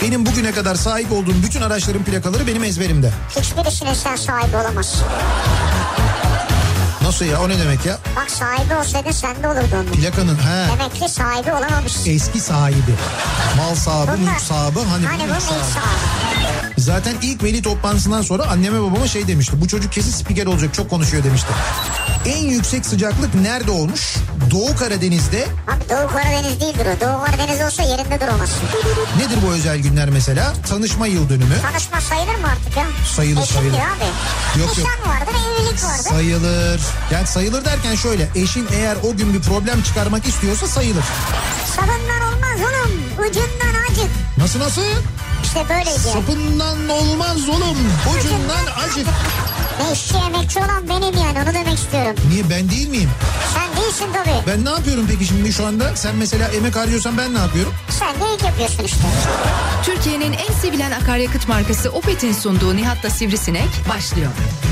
Benim bugüne kadar sahip olduğum bütün araçların plakaları benim ezberimde. Hiçbirisine sen sahibi olamazsın. Nasıl ya, o ne demek ya? Bak sahibi olsaydın sen de olurdu onun. Plakanın Demek ki sahibi olamamışsın. Eski sahibi. Mal sahibi, mülk sahibi. Hani bu mülk sahibi. Zaten ilk veli toplantısından sonra anneme babama şey demişti. Bu çocuk kesin spiker olacak, çok konuşuyor demişti. En yüksek sıcaklık nerede olmuş? Doğu Karadeniz'de. Abi Doğu Karadeniz değildir o. Doğu Karadeniz olsa yerinde duramazsın. Nedir bu özel günler mesela? Tanışma yıl dönümü. Tanışma sayılır mı artık ya? Sayılır. Abi. Yok. Nişan vardır, evlilik vardır. Sayılır. Yani sayılır derken şöyle. Eşin eğer o gün bir problem çıkarmak istiyorsa sayılır. Sapından olmaz oğlum. Ucundan acık. Nasıl? İşte böyleydi. Sapından olmaz oğlum. Ucundan acık. Beşçi emekçi olan benim yani, onu demek istiyorum. Niye, ben değil miyim? Sen değilsin tabii. Ben ne yapıyorum peki şimdi şu anda? Sen mesela emek harcıyorsan ben ne yapıyorum? Sen de ilk yapıyorsun işte. Türkiye'nin en sevilen akaryakıt markası Opet'in sunduğu Nihat'la Sivrisinek başlıyor.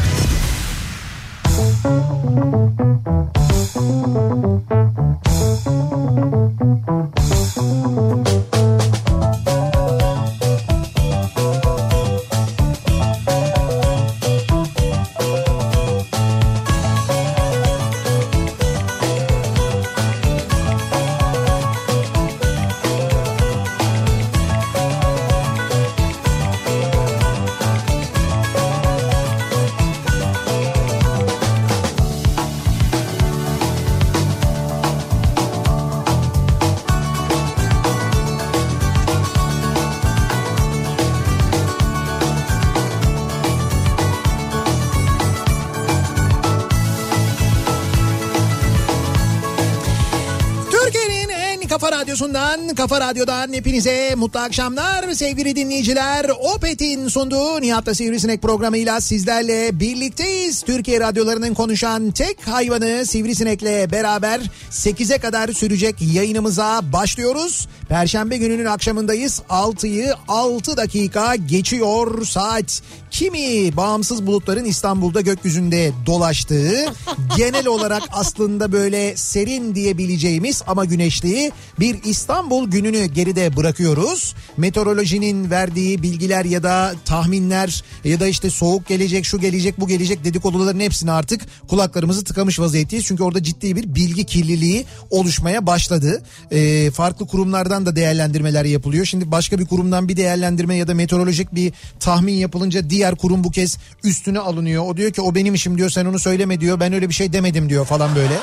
Kafa Radyo'dan hepinize mutlu akşamlar sevgili dinleyiciler. Opet'in sunduğu Nihat'la Sivrisinek programıyla sizlerle birlikteyiz. Türkiye radyolarının konuşan tek hayvanı Sivrisinek'le beraber 8'e kadar sürecek yayınımıza başlıyoruz. Perşembe gününün akşamındayız. 6'yı 6 dakika geçiyor saat. Kimi bağımsız bulutların İstanbul'da gökyüzünde dolaştığı, genel olarak aslında böyle serin diyebileceğimiz ama güneşli bir İstanbul gününü geride bırakıyoruz. Meteorolojinin verdiği bilgiler ya da tahminler ya da işte soğuk gelecek, şu gelecek, bu gelecek dedikoduların hepsini artık kulaklarımızı tıkamış vaziyetteyiz. Çünkü orada ciddi bir bilgi kirliliği oluşmaya başladı. Farklı kurumlardan da değerlendirmeler yapılıyor. Şimdi başka bir kurumdan bir değerlendirme ya da meteorolojik bir tahmin yapılınca diğer kurum bu kez üstüne alınıyor. O diyor ki o benim işim diyor, sen onu söyleme diyor, ben öyle bir şey demedim diyor falan böyle.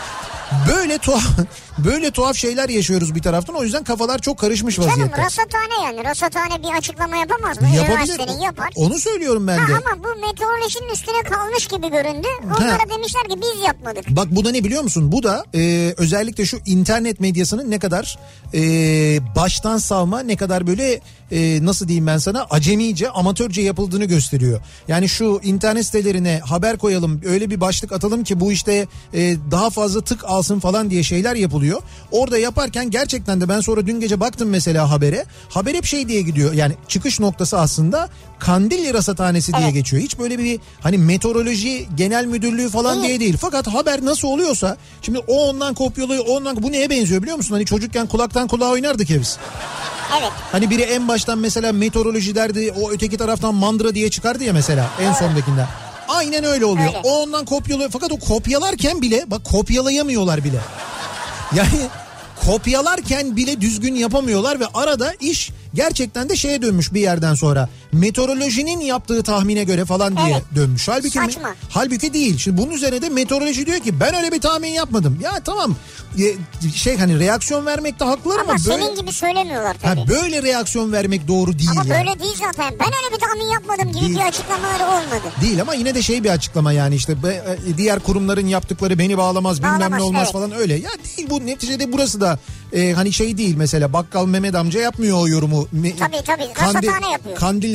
Böyle tuhaf şeyler yaşıyoruz bir taraftan. O yüzden kafalar çok karışmış vaziyette. Canım rasathane yani. Rasathane bir açıklama yapamaz mı? Yapabilir. Yapar. Onu söylüyorum ben de. Ama bu meteorolojinin üstüne kalmış gibi göründü. Onlara demişler ki biz yapmadık. Bak bu da ne biliyor musun? Bu da özellikle şu internet medyasının ne kadar baştan savma, ne kadar böyle nasıl diyeyim ben sana, acemice, amatörce yapıldığını gösteriyor. Yani şu internet sitelerine haber koyalım, öyle bir başlık atalım ki bu işte daha fazla tık alsın falan diye şeyler yapılıyor. Orada yaparken gerçekten de ben sonra dün gece baktım mesela habere. Haber hep şey diye gidiyor. Yani çıkış noktası aslında Kandilli Rasathanesi diye geçiyor. Hiç böyle bir hani meteoroloji genel müdürlüğü falan diye değil. Fakat haber nasıl oluyorsa şimdi o ondan kopyalıyor, bu neye benziyor biliyor musun? Hani çocukken kulaktan kulağa oynardık ya biz. Evet. Hani biri en baştan mesela meteoroloji derdi, o öteki taraftan mandıra diye çıkardı ya mesela en sondakinde. Aynen öyle oluyor. Öyle. O ondan kopyalıyor. Fakat o kopyalarken bile bak kopyalayamıyorlar bile. Yani kopyalarken bile düzgün yapamıyorlar ve arada iş gerçekten de şeye dönmüş bir yerden sonra. Meteorolojinin yaptığı tahmine göre falan diye dönmüş. Halbuki değil. Şimdi bunun üzerine de meteoroloji diyor ki ben öyle bir tahmin yapmadım. Ya tamam hani reaksiyon vermekte haklılar ama senin böyle, gibi söylemiyorlar tabii. Böyle reaksiyon vermek doğru değil. Ama yani. Böyle değil zaten. Ben öyle bir tahmin yapmadım gibi değil. Bir açıklamaları olmadı. Değil ama yine de bir açıklama yani işte diğer kurumların yaptıkları beni bağlamaz bilmem ne olmaz falan öyle. Ya değil bu, neticede burası da hani şey değil mesela, Bakkal Mehmet amca yapmıyor o yorumu. Tabii rasathane yapıyor. Kandilli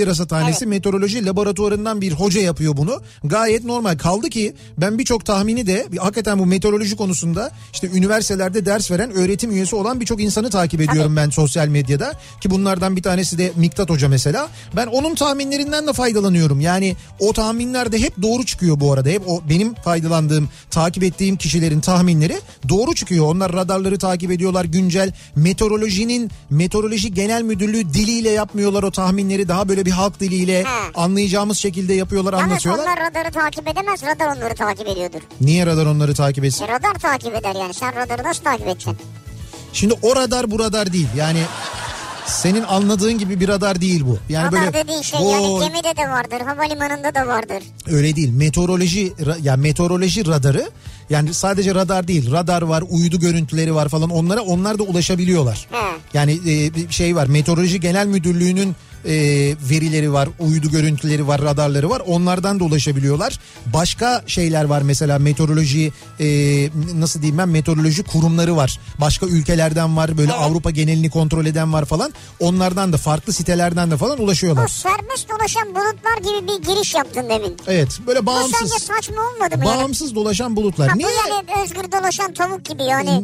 rasathanesi meteoroloji laboratuvarından bir hoca yapıyor bunu. Gayet normal. Kaldı ki ben birçok tahmini de hakikaten bu meteoroloji konusunda işte üniversitelerde ders veren, öğretim üyesi olan birçok insanı takip ediyorum ben sosyal medyada. Ki bunlardan bir tanesi de Miktat Hoca mesela. Ben onun tahminlerinden de faydalanıyorum. Yani o tahminler de hep doğru çıkıyor bu arada. Hep o benim faydalandığım, takip ettiğim kişilerin tahminleri doğru çıkıyor. Onlar radarları takip ediyorlar, güncel meteoroloji genel müdürlüğü diliyle yapmıyorlar o tahminleri, daha böyle bir halk diliyle anlayacağımız şekilde yapıyorlar, anlatıyorlar. Onlar radarı takip edemez, radar onları takip ediyordur. Niye radar onları takip etsin? Radar takip eder yani, sen radarı nasıl takip edeceksin? Şimdi o radar bu radar değil yani. Senin anladığın gibi bir radar değil bu. Yani radar böyle dediğin şey yani gemide de vardır, havalimanında da vardır. Öyle değil. Meteoroloji radarı, yani sadece radar değil. Radar var, uydu görüntüleri var falan, onlar da ulaşabiliyorlar. Yani şey var, Meteoroloji Genel Müdürlüğü'nün verileri var, uydu görüntüleri var, radarları var. Onlardan da ulaşabiliyorlar. Başka şeyler var mesela, meteoroloji nasıl diyeyim ben, meteoroloji kurumları var. Başka ülkelerden var, böyle Avrupa genelini kontrol eden var falan. Onlardan da, farklı sitelerden de falan ulaşıyorlar. Bu serbest dolaşan bulutlar gibi bir giriş yaptın demin. Evet, böyle bağımsız. Bu sence saçma olmadı mı? Bağımsız dolaşan bulutlar. Niye? Bu yani özgür dolaşan tavuk gibi yani.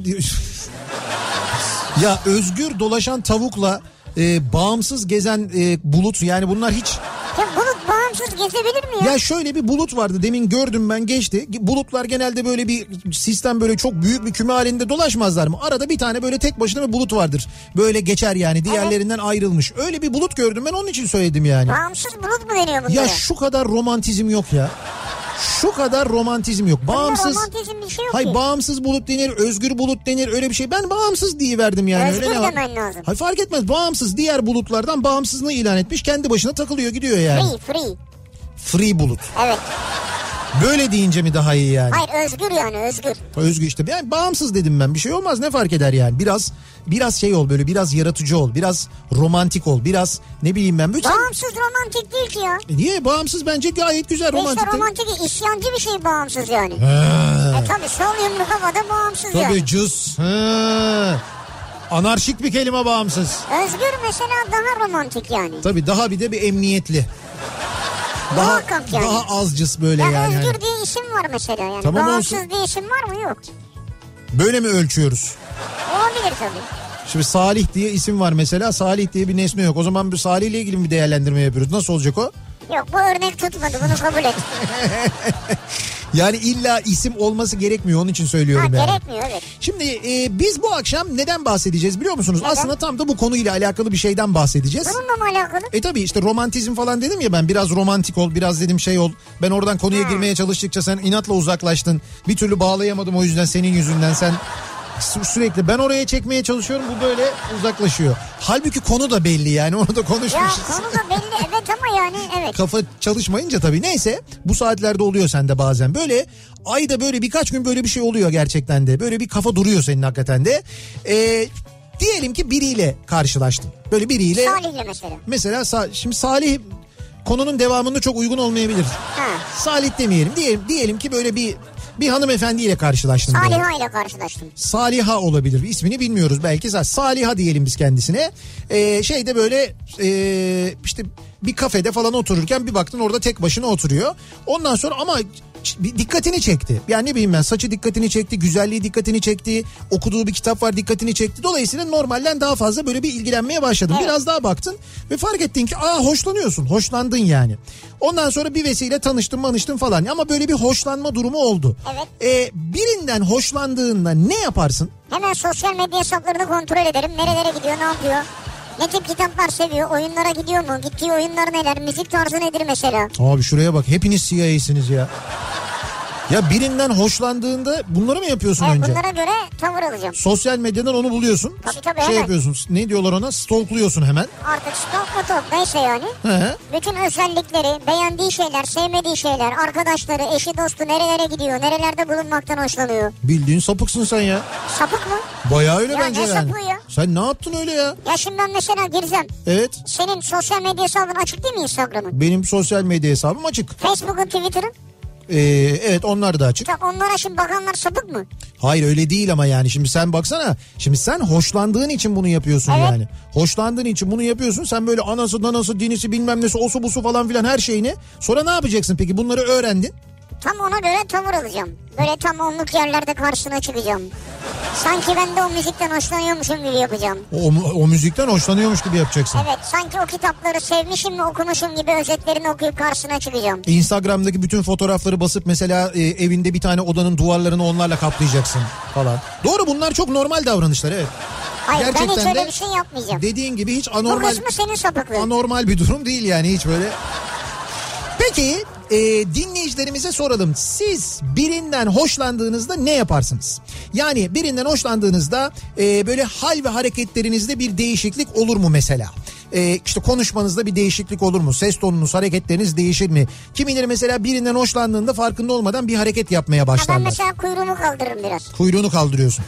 Ya özgür dolaşan tavukla bağımsız gezen bulut, yani bunlar hiç... Ya bulut bağımsız gezebilir mi ya? Ya şöyle bir bulut vardı, demin gördüm ben, geçti. Bulutlar genelde böyle bir sistem, böyle çok büyük bir küme halinde dolaşmazlar mı? Arada bir tane böyle tek başına bir bulut vardır. Böyle geçer yani, diğerlerinden ayrılmış. Öyle bir bulut gördüm ben, onun için söyledim yani. Bağımsız bulut mu deniyor bunlara? Ya şu kadar romantizm yok ya. Şu kadar romantizm yok. Bağımsız. Romantizm bir şey yok hayır, ki. bağımsız bulut denir, özgür bulut denir, öyle bir şey. Ben bağımsız diyiverdim yani. Özgür öyle demen lazım. Hayır, fark etmez. Bağımsız, diğer bulutlardan bağımsızlığını ilan etmiş. Kendi başına takılıyor, gidiyor yani. Free bulut. Evet. Böyle deyince mi daha iyi yani? Hayır, özgür yani, özgür. Özgür işte. Yani bağımsız dedim ben. Bir şey olmaz, ne fark eder yani? Biraz şey ol, böyle biraz yaratıcı ol. Biraz romantik ol. Biraz ne bileyim ben. Bağımsız romantik değil ki ya. Niye? Bağımsız bence gayet güzel, romantik. İşte romantik, isyancı bir şey bağımsız yani. Tabii sol yumruk havada bağımsız tabii yani. Tabii cız. Anarşik bir kelime bağımsız. Özgür mesela daha romantik yani. Tabii daha bir de bir emniyetli. Daha azcıs böyle ya yani. Özgür diye isim var mesela yani. Tamam, bağımsız olsun. diye isim var mı? Yok. Böyle mi ölçüyoruz? Olabilir tabii. Şimdi Salih diye isim var mesela. Salih diye bir nesne yok. O zaman bir Salih ile ilgili bir değerlendirme yapıyoruz. Nasıl olacak o? Yok, bu örnek tutmadı, bunu kabul et. Yani illa isim olması gerekmiyor, onun için söylüyorum yani. Gerekmiyor, evet. Şimdi biz bu akşam neden bahsedeceğiz biliyor musunuz? Neden? Aslında tam da bu konuyla alakalı bir şeyden bahsedeceğiz. Bununla mı alakalı? Tabii işte romantizm falan dedim ya ben, biraz romantik ol, biraz dedim şey ol. Ben oradan konuya girmeye çalıştıkça sen inatla uzaklaştın. Bir türlü bağlayamadım, o yüzden senin yüzünden sen... Sürekli ben oraya çekmeye çalışıyorum, bu böyle uzaklaşıyor. Halbuki konu da belli yani, onu da konuşmuşuz. Ya konu da belli evet, ama yani evet. Kafa çalışmayınca tabii, neyse bu saatlerde oluyor sende bazen. Böyle ayda böyle birkaç gün böyle bir şey oluyor gerçekten de. Böyle bir kafa duruyor senin hakikaten de. Diyelim ki biriyle karşılaştın. Böyle biriyle. Salih'le mesela. Mesela şimdi Salih konunun devamında çok uygun olmayabilir. Salih demeyelim. Diyelim ki böyle bir hanımefendiyle karşılaştın. Saliha ile karşılaştım. Saliha olabilir. İsmini bilmiyoruz belki. Saliha diyelim biz kendisine. Şeyde böyle işte bir kafede falan otururken bir baktın orada tek başına oturuyor. Ondan sonra ama dikkatini çekti. Yani ne bileyim ben, saçı dikkatini çekti, güzelliği dikkatini çekti, okuduğu bir kitap var dikkatini çekti. Dolayısıyla normalden daha fazla böyle bir ilgilenmeye başladın. Evet. Biraz daha baktın ve fark ettin ki hoşlanıyorsun. Hoşlandın yani. Ondan sonra bir vesile tanıştın falan. Ama böyle bir hoşlanma durumu oldu. Evet. Birinden hoşlandığında ne yaparsın? Hemen sosyal medya hesaplarını kontrol ederim. Nerelere gidiyor, ne yapıyor? Ne tip kitaplar seviyor? Oyunlara gidiyor mu? Gittiği oyunlar neler? Müzik tarzı nedir mesela? Abi şuraya bak, hepiniz CIA'siniz ya. Ya birinden hoşlandığında bunları mı yapıyorsun önce? Bunlara göre tavır alacağım. Sosyal medyadan onu buluyorsun. Tabii şey yapıyorsun. Ne diyorlar ona? Stalkluyorsun hemen. Artık stalk neyse yani. Bütün özellikleri, beğendiği şeyler, sevmediği şeyler, arkadaşları, eşi, dostu nerelere gidiyor, nerelerde bulunmaktan hoşlanıyor. Bildiğin sapıksın sen ya. Sapık mı? Bayağı öyle bence ne yani. Sapığı ya? Sen ne yaptın öyle ya? Ya şimdi ben mesela gireceğim. Evet. Senin sosyal medya hesabın açık değil mi, Instagram'ın? Benim sosyal medya hesabım açık. Facebook'un, Twitter'ın? Evet, onlar da açık. Tabii onlara şimdi bakanlar sapık mı? Hayır, öyle değil ama yani şimdi sen baksana. Şimdi sen hoşlandığın için bunu yapıyorsun yani. Hoşlandığın için bunu yapıyorsun. Sen böyle anası danası dinisi bilmem nesi osu busu falan filan her şeyini. Sonra ne yapacaksın peki? Bunları öğrendin. Tam ona göre tavır alacağım. Böyle tam onluk yerlerde karşısına çıkacağım. Sanki ben de o müzikten hoşlanıyormuşum gibi yapacağım. O müzikten hoşlanıyormuş gibi yapacaksın. Evet, sanki o kitapları sevmişim ve okumuşum gibi özetlerini okuyup karşısına çıkacağım. Instagram'daki bütün fotoğrafları basıp mesela evinde bir tane odanın duvarlarını onlarla kaplayacaksın falan. Doğru, bunlar çok normal davranışlar, evet. Hayır, gerçekten ben hiç öyle de bir şey yapmayacağım. Dediğin gibi hiç anormal. Bu kısmı senin sapıklığın. Anormal bir durum değil yani, hiç böyle. Peki dinleyicilerimize soralım. Siz birinden hoşlandığınızda ne yaparsınız? Yani birinden hoşlandığınızda böyle hal ve hareketlerinizde bir değişiklik olur mu mesela? İşte konuşmanızda bir değişiklik olur mu? Ses tonunuz, hareketleriniz değişir mi? Kimileri mesela birinden hoşlandığında farkında olmadan bir hareket yapmaya başlarlar. Ben mesela kuyruğumu kaldırırım biraz. Kuyruğunu kaldırıyorsun.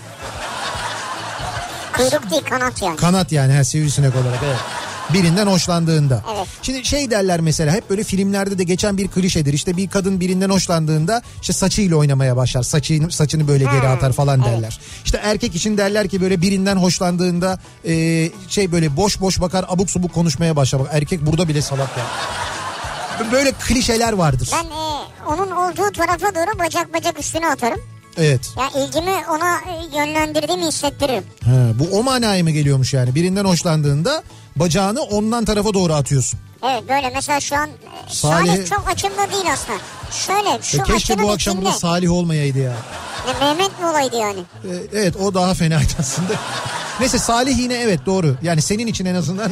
Kuyruk değil, kanat yani. Kanat yani, sivrisinek olarak, evet. Birinden hoşlandığında. Evet. Şimdi şey derler mesela, hep böyle filmlerde de geçen bir klişedir. İşte bir kadın birinden hoşlandığında işte saçıyla oynamaya başlar. Saçını böyle geri atar falan derler. İşte erkek için derler ki böyle birinden hoşlandığında böyle boş boş bakar, abuk subuk konuşmaya başlar. Bak, erkek burada bile salak ya. Böyle klişeler vardır. Ben onun olduğu tarafa doğru bacak bacak üstüne atarım. Evet. Ya ilgimi ona yönlendirdiğimi hissettiririm. Bu o manaya mı geliyormuş yani? Birinden hoşlandığında bacağını ondan tarafa doğru atıyorsun. Evet, böyle mesela şu an Salih çok açımda değil aslında. Şöyle şu keşke bu akşam burada Salih olmayaydı ya. Mehmet mi olaydı yani? Evet, o daha fenaydı aslında. Neyse, Salih yine evet doğru. Yani senin için en azından.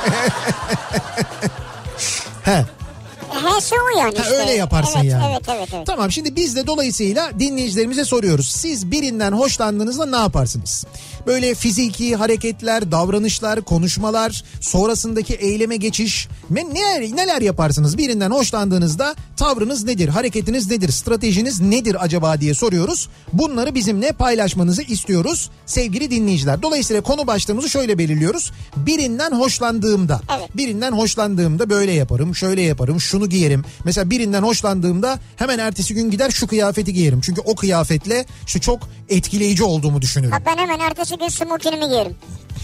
Hesi o yani işte. Öyle yaparsın evet, yani. Evet. Tamam, şimdi biz de dolayısıyla dinleyicilerimize soruyoruz. Siz birinden hoşlandığınızda ne yaparsınız? Böyle fiziki hareketler, davranışlar, konuşmalar, sonrasındaki eyleme geçiş. Neler yaparsınız? Birinden hoşlandığınızda tavrınız nedir? Hareketiniz nedir? Stratejiniz nedir acaba diye soruyoruz. Bunları bizimle paylaşmanızı istiyoruz sevgili dinleyiciler. Dolayısıyla konu başlığımızı şöyle belirliyoruz. Birinden hoşlandığımda. Evet. Birinden hoşlandığımda böyle yaparım, şöyle yaparım, şunu giyerim. Mesela birinden hoşlandığımda hemen ertesi gün gider şu kıyafeti giyerim. Çünkü o kıyafetle çok etkileyici olduğumu düşünüyorum. Ben hemen ertesi gün smokinimi giyerim.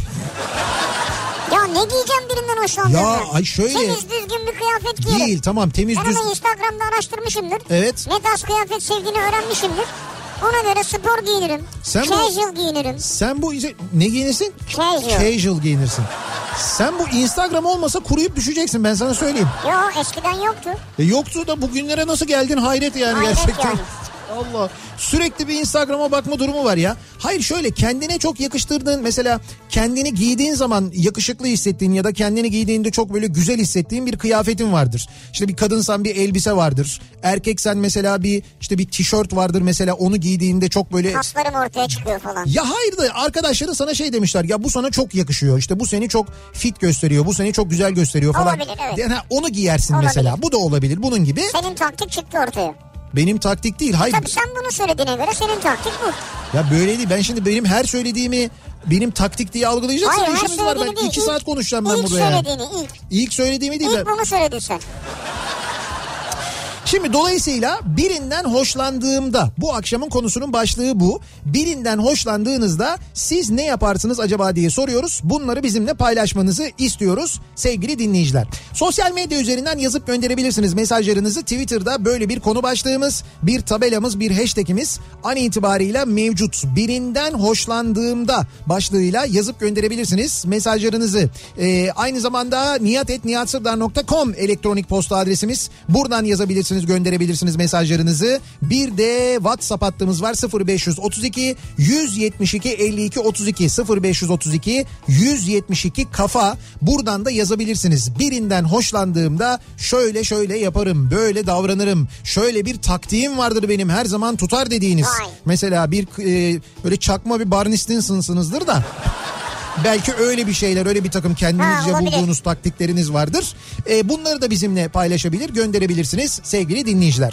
Ya ne giyeceğim birinden hoşlandığımda? Ya ay şöyle. Temiz düzgün bir kıyafet giyerim. Değil, tamam, temiz düzgün. Ben Instagram'da araştırmışımdır. Evet. Ne tarz kıyafet sevdiğini öğrenmişimdir. Ona göre spor giyinirim. Casual giyinirim. Sen bu ne giyinirsin? Casual giyinirsin. Sen bu Instagram olmasa kuruyup düşeceksin, ben sana söyleyeyim. Yok, eskiden yoktu. Yoktu da bugünlere nasıl geldin, hayret yani. Hayret gerçekten. Yani. Allah, sürekli bir Instagram'a bakma durumu var ya. Hayır, şöyle kendine çok yakıştırdığın, mesela kendini giydiğin zaman yakışıklı hissettiğin ya da kendini giydiğinde çok böyle güzel hissettiğin bir kıyafetin vardır. İşte bir kadınsan bir elbise vardır. Erkeksen mesela bir tişört vardır mesela, onu giydiğinde çok böyle kaslarım ortaya çıkıyor falan. Ya hayır da arkadaşların sana şey demişler, ya bu sana çok yakışıyor, işte bu seni çok fit gösteriyor, bu seni çok güzel gösteriyor falan. Olabilir, evet. Yani onu giyersin olabilir. Mesela bu da olabilir bunun gibi. Senin taktik çıktı ortaya. Benim taktik değil, hayır. Tabii sen bunu söylediğine göre senin taktik bu. Ya böyle değil, ben şimdi benim her söylediğimi benim taktik diye algılayacaksın. Hayır, işimiz var, ben 2 saat konuşacağım ben burada ya. İlk söylediğimi değil. İlk bunu söyledin sen. Şimdi dolayısıyla birinden hoşlandığımda, bu akşamın konusunun başlığı bu. Birinden hoşlandığınızda siz ne yaparsınız acaba diye soruyoruz. Bunları bizimle paylaşmanızı istiyoruz sevgili dinleyiciler. Sosyal medya üzerinden yazıp gönderebilirsiniz mesajlarınızı. Twitter'da böyle bir konu başlığımız, bir tabelamız, bir hashtagimiz an itibariyle mevcut. Birinden hoşlandığımda başlığıyla yazıp gönderebilirsiniz mesajlarınızı. Aynı zamanda nihat@nihatsırdar.com elektronik posta adresimiz. Buradan yazabilirsiniz, gönderebilirsiniz mesajlarınızı. Bir de WhatsApp hattımız var, 0532 172 52 32 0532 172 kafa. Buradan da yazabilirsiniz. Birinden hoşlandığımda şöyle yaparım, böyle davranırım, şöyle bir taktiğim vardır benim, her zaman tutar dediğiniz. Mesela bir böyle çakma bir Barney Stinson'sınızdır da. Belki öyle bir şeyler, öyle bir takım kendinizce bulduğunuz taktikleriniz vardır. Bunları da bizimle paylaşabilir, gönderebilirsiniz sevgili dinleyiciler.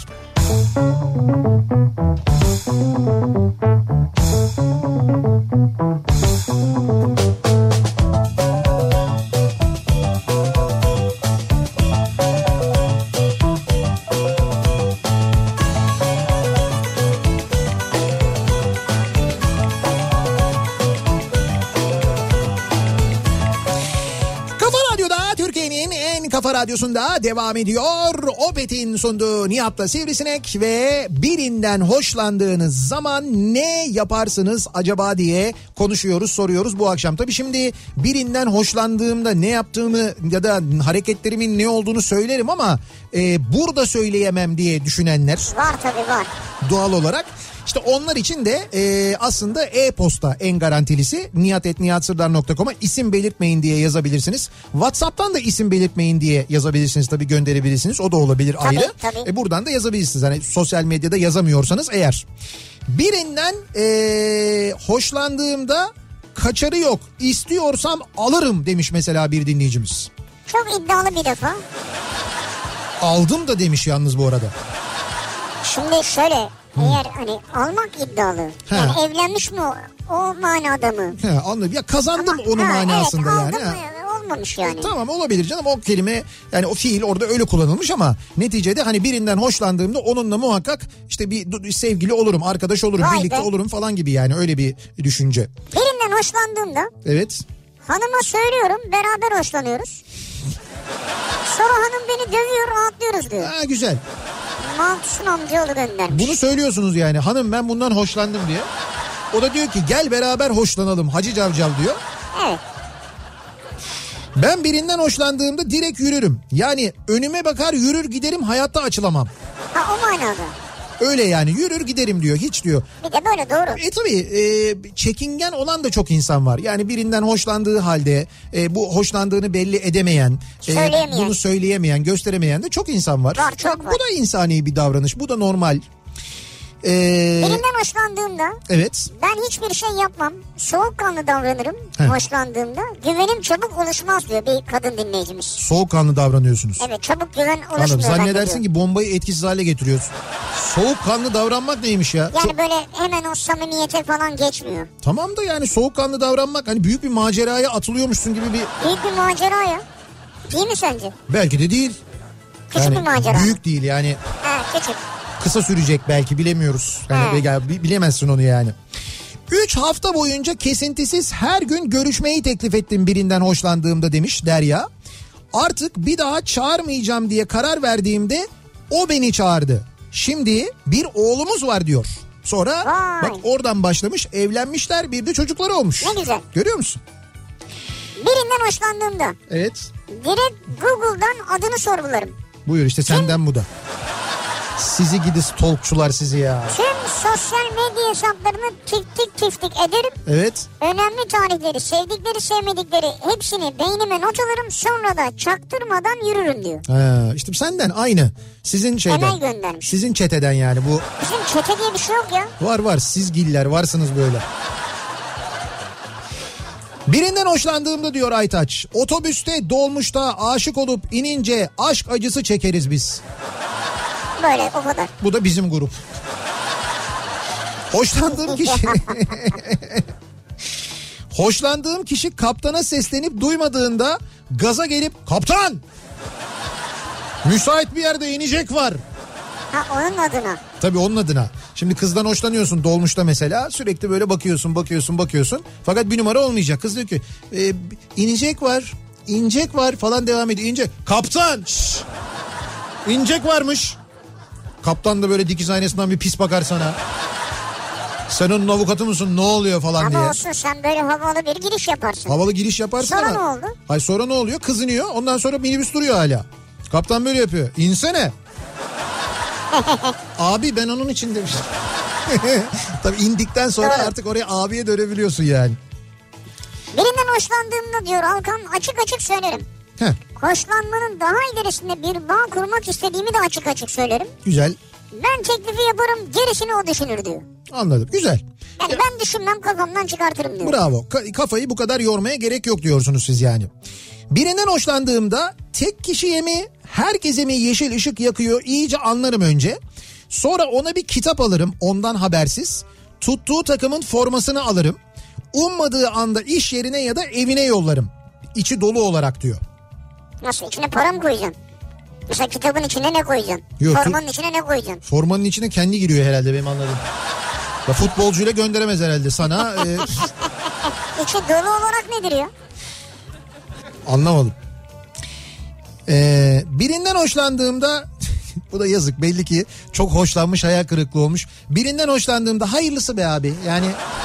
Kafa Radyosu'nda devam ediyor. Opet'in sunduğu Nihat'la Sivrisinek ve birinden hoşlandığınız zaman ne yaparsınız acaba diye konuşuyoruz, soruyoruz bu akşam. Tabii şimdi birinden hoşlandığımda ne yaptığımı ya da hareketlerimin ne olduğunu söylerim ama burada söyleyemem diye düşünenler var tabii, var. Doğal olarak. İşte onlar için de aslında e-posta en garantilisi. nihat@nihatsırdar.com'a isim belirtmeyin diye yazabilirsiniz. WhatsApp'tan da isim belirtmeyin diye yazabilirsiniz, tabii gönderebilirsiniz. O da olabilir, tabii, ayrı. Tabii. Buradan da yazabilirsiniz. Hani sosyal medyada yazamıyorsanız eğer. Birinden hoşlandığımda kaçarı yok. İstiyorsam alırım demiş mesela bir dinleyicimiz. Çok iddialı bir defa. Aldım da demiş yalnız bu arada. Şimdi şöyle, eğer hani almak iddialı. Yani evlenmiş mi o manada mı? Anladım. Ya kazandım ama, onun manasında evet, yani. Aldım mı? Olmamış yani. Tamam, olabilir canım, o kelime yani o fiil orada öyle kullanılmış ama neticede hani birinden hoşlandığımda onunla muhakkak işte bir sevgili olurum, arkadaş olurum, birlikte olurum falan gibi, yani öyle bir düşünce. Birinden hoşlandığımda evet, hanıma söylüyorum, beraber hoşlanıyoruz. Sonra hanım beni dövüyor, rahatlıyoruz diyor. Ha, güzel. Mahsun amcaoğlu göndermiş. Bunu söylüyorsunuz yani, hanım ben bundan hoşlandım diye. O da diyor ki gel beraber hoşlanalım Hacı Cavcav diyor. Evet. Ben birinden hoşlandığımda direkt yürürüm. Yani önüme bakar yürür giderim, hayatta açılamam. Ha, o manada. Öyle yani, yürür giderim diyor, hiç diyor. Bir de böyle, doğru. Tabii çekingen olan da çok insan var. Yani birinden hoşlandığı halde bu hoşlandığını belli edemeyen, bunu söyleyemeyen, gösteremeyen de çok insan var. Var, çok var. Bu da insani bir davranış, bu da normal. Birinden hoşlandığımda evet, ben hiçbir şey yapmam, soğukkanlı davranırım. Hoşlandığımda güvenim çabuk oluşmaz diyor bir kadın dinleyicimiz. Soğukkanlı davranıyorsunuz. Evet, çabuk güven oluşmuyor. Anladım. Zannedersin ki bombayı etkisiz hale getiriyorsun. Soğukkanlı davranmak neymiş ya? Yani böyle hemen o samimiyete falan geçmiyor. Tamam da yani soğukkanlı davranmak hani büyük bir maceraya atılıyormuşsun gibi bir... Büyük bir macera ya. Değil mi sence? Belki de değil. Küçük yani bir macera. Büyük değil yani. Ha, küçük. Kısa sürecek belki, bilemiyoruz. Yani bilemezsin onu yani. 3 hafta boyunca kesintisiz her gün görüşmeyi teklif ettim birinden hoşlandığımda demiş Derya. Artık bir daha çağırmayacağım diye karar verdiğimde o beni çağırdı. Şimdi bir oğlumuz var diyor. Sonra bak oradan başlamış, evlenmişler, bir de çocukları olmuş. Ne güzel. Görüyor musun? Birinden hoşlandığımda. Evet. Direkt Google'dan adını sorgularım. Buyur işte, senden bu da. Sizi gidi stalkçular sizi ya. Tüm sosyal medya hesaplarını tiftik ederim. Evet. Önemli tarihleri, sevdikleri sevmedikleri hepsini beynime not alırım. Sonra da çaktırmadan yürürüm diyor. İşte senden aynı. Sizin şeyden. Emel göndermiş. Sizin çeteden yani bu. Bizim çete diye bir şey yok ya. Var siz giller varsınız böyle. Birinden hoşlandığımda diyor Aytaç, otobüste dolmuşta aşık olup inince aşk acısı çekeriz biz. Böyle, o kadar. Bu da bizim grup. Hoşlandığım kişi kaptana seslenip duymadığında gaza gelip kaptan müsait bir yerde inecek var. Ha, onun adına. Tabii onun adına. Şimdi kızdan hoşlanıyorsun dolmuşta mesela, sürekli böyle bakıyorsun. Fakat bir numara olmayacak. Kız diyor ki inecek var falan devam ediyor. İnecek. Kaptan! Şşş! İnecek varmış. Kaptan da böyle dikiz aynasından bir pis bakar sana. Sen onun avukatı mısın, ne oluyor falan ama diye. Ama olsun, sen böyle havalı bir giriş yaparsın. Havalı giriş yaparsın sonra ama. Sonra ne oldu? Hayır, sonra ne oluyor? Kız iniyor, ondan sonra minibüs duruyor hala. Kaptan böyle yapıyor. İnsene. Abi ben onun için demiştim. Tabii indikten sonra artık oraya abiye dönebiliyorsun yani. Birinden hoşlandığımda diyor Alkan, açık söylerim. Hoşlanmanın daha ilerisinde bir bağ kurmak istediğimi de açık söylerim. Güzel. Ben teklifi yaparım, gerisini o düşünür diyor. Anladım, güzel. Yani ben düşünmem, kafamdan çıkartırım diyor. Bravo, kafayı bu kadar yormaya gerek yok diyorsunuz siz yani. Birinden hoşlandığımda tek kişiye mi herkese mi yeşil ışık yakıyor iyice anlarım önce. Sonra ona bir kitap alırım ondan habersiz. Tuttuğu takımın formasını alırım. Ummadığı anda iş yerine ya da evine yollarım. İçi dolu olarak diyor. Nasıl, içine para mı koyacaksın? Mesela kitabın içine ne koyacaksın? Yok, formanın içine ne koyacaksın? Formanın içine kendi giriyor herhalde, benim anladığım. Ya futbolcuyla gönderemez herhalde sana. İçi dolu olarak nedir ya? Anlamadım. Birinden hoşlandığımda bu da yazık, belli ki çok hoşlanmış, hayal kırıklığı olmuş. Birinden hoşlandığımda hayırlısı be abi yani.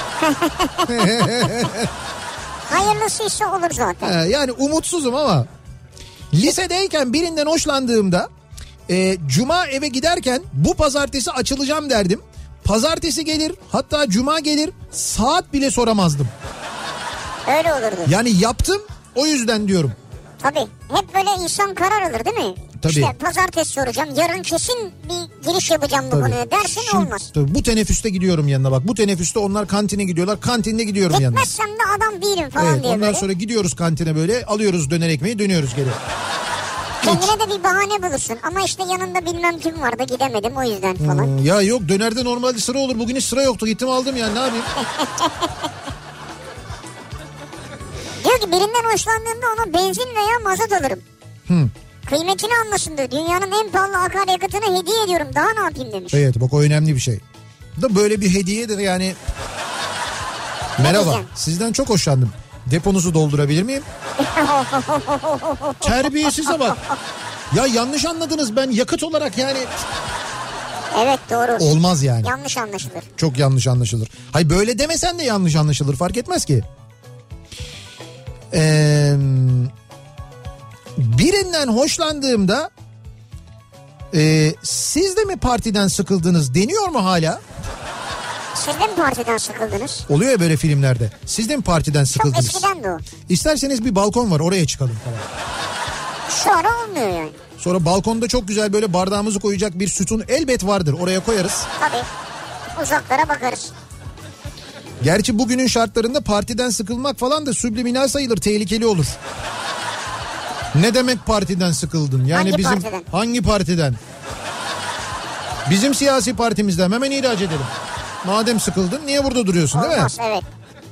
Hayırlısıysa olur zaten. Yani umutsuzum ama lisedeyken birinden hoşlandığımda cuma eve giderken bu pazartesi açılacağım derdim. Pazartesi gelir, hatta cuma gelir, saat bile soramazdım. Öyle olurdu. Yani yaptım, o yüzden diyorum. Tabii. Hep böyle insan karar alır değil mi? Tabii. İşte pazartesi soracağım. Yarın kesin bir giriş yapacağım bu konuya dersin, şimdi, olmaz. Tabii, bu teneffüste gidiyorum yanına bak. Bu teneffüste onlar kantine gidiyorlar. Kantinde gidiyorum yanına. Gitmezsem de adam değilim falan diye ondan böyle. sonra gidiyoruz kantine böyle. Alıyoruz döner ekmeği, dönüyoruz geri. Kendine de bir bahane bulursun. Ama işte yanında bilmem kim vardı, gidemedim o yüzden falan. Ya yok, dönerde normalde sıra olur. Bugün hiç sıra yoktu. Gittim aldım yani, ne yapayım? Diyor ki birinden hoşlandığımda ona benzin veya mazot alırım. Kıymetini anlasın diyor. Dünyanın en pahalı akaryakıtını hediye ediyorum. Daha ne yapayım demiş. Evet bak, o önemli bir şey. Da böyle bir hediye de yani. Merhaba, diyeceğim? Sizden çok hoşlandım. Deponuzu doldurabilir miyim? Terbiyesize bak. Ya yanlış anladınız, ben yakıt olarak yani. Evet doğru. Olmaz yani. Yanlış anlaşılır. Çok yanlış anlaşılır. Hayır, böyle demesen de yanlış anlaşılır, fark etmez ki. Birinden hoşlandığımda siz de mi partiden sıkıldınız deniyor mu hala? Siz de mi partiden sıkıldınız? Oluyor ya böyle filmlerde. Siz de mi partiden sıkıldınız? Çok eskiden de o. İsterseniz bir balkon var, oraya çıkalım falan. Sonra olmuyor yani. Sonra balkonda çok güzel böyle bardağımızı koyacak bir sütun elbet vardır, oraya koyarız. Tabii. Uzaklara bakarız. Gerçi bugünün şartlarında partiden sıkılmak falan da subliminal sayılır, tehlikeli olur. Ne demek partiden sıkıldın? Yani hangi bizim partiden? Hangi partiden? Bizim siyasi partimizden hemen ihraç edelim. Madem sıkıldın, niye burada duruyorsun? Olmaz, değil mi? evet.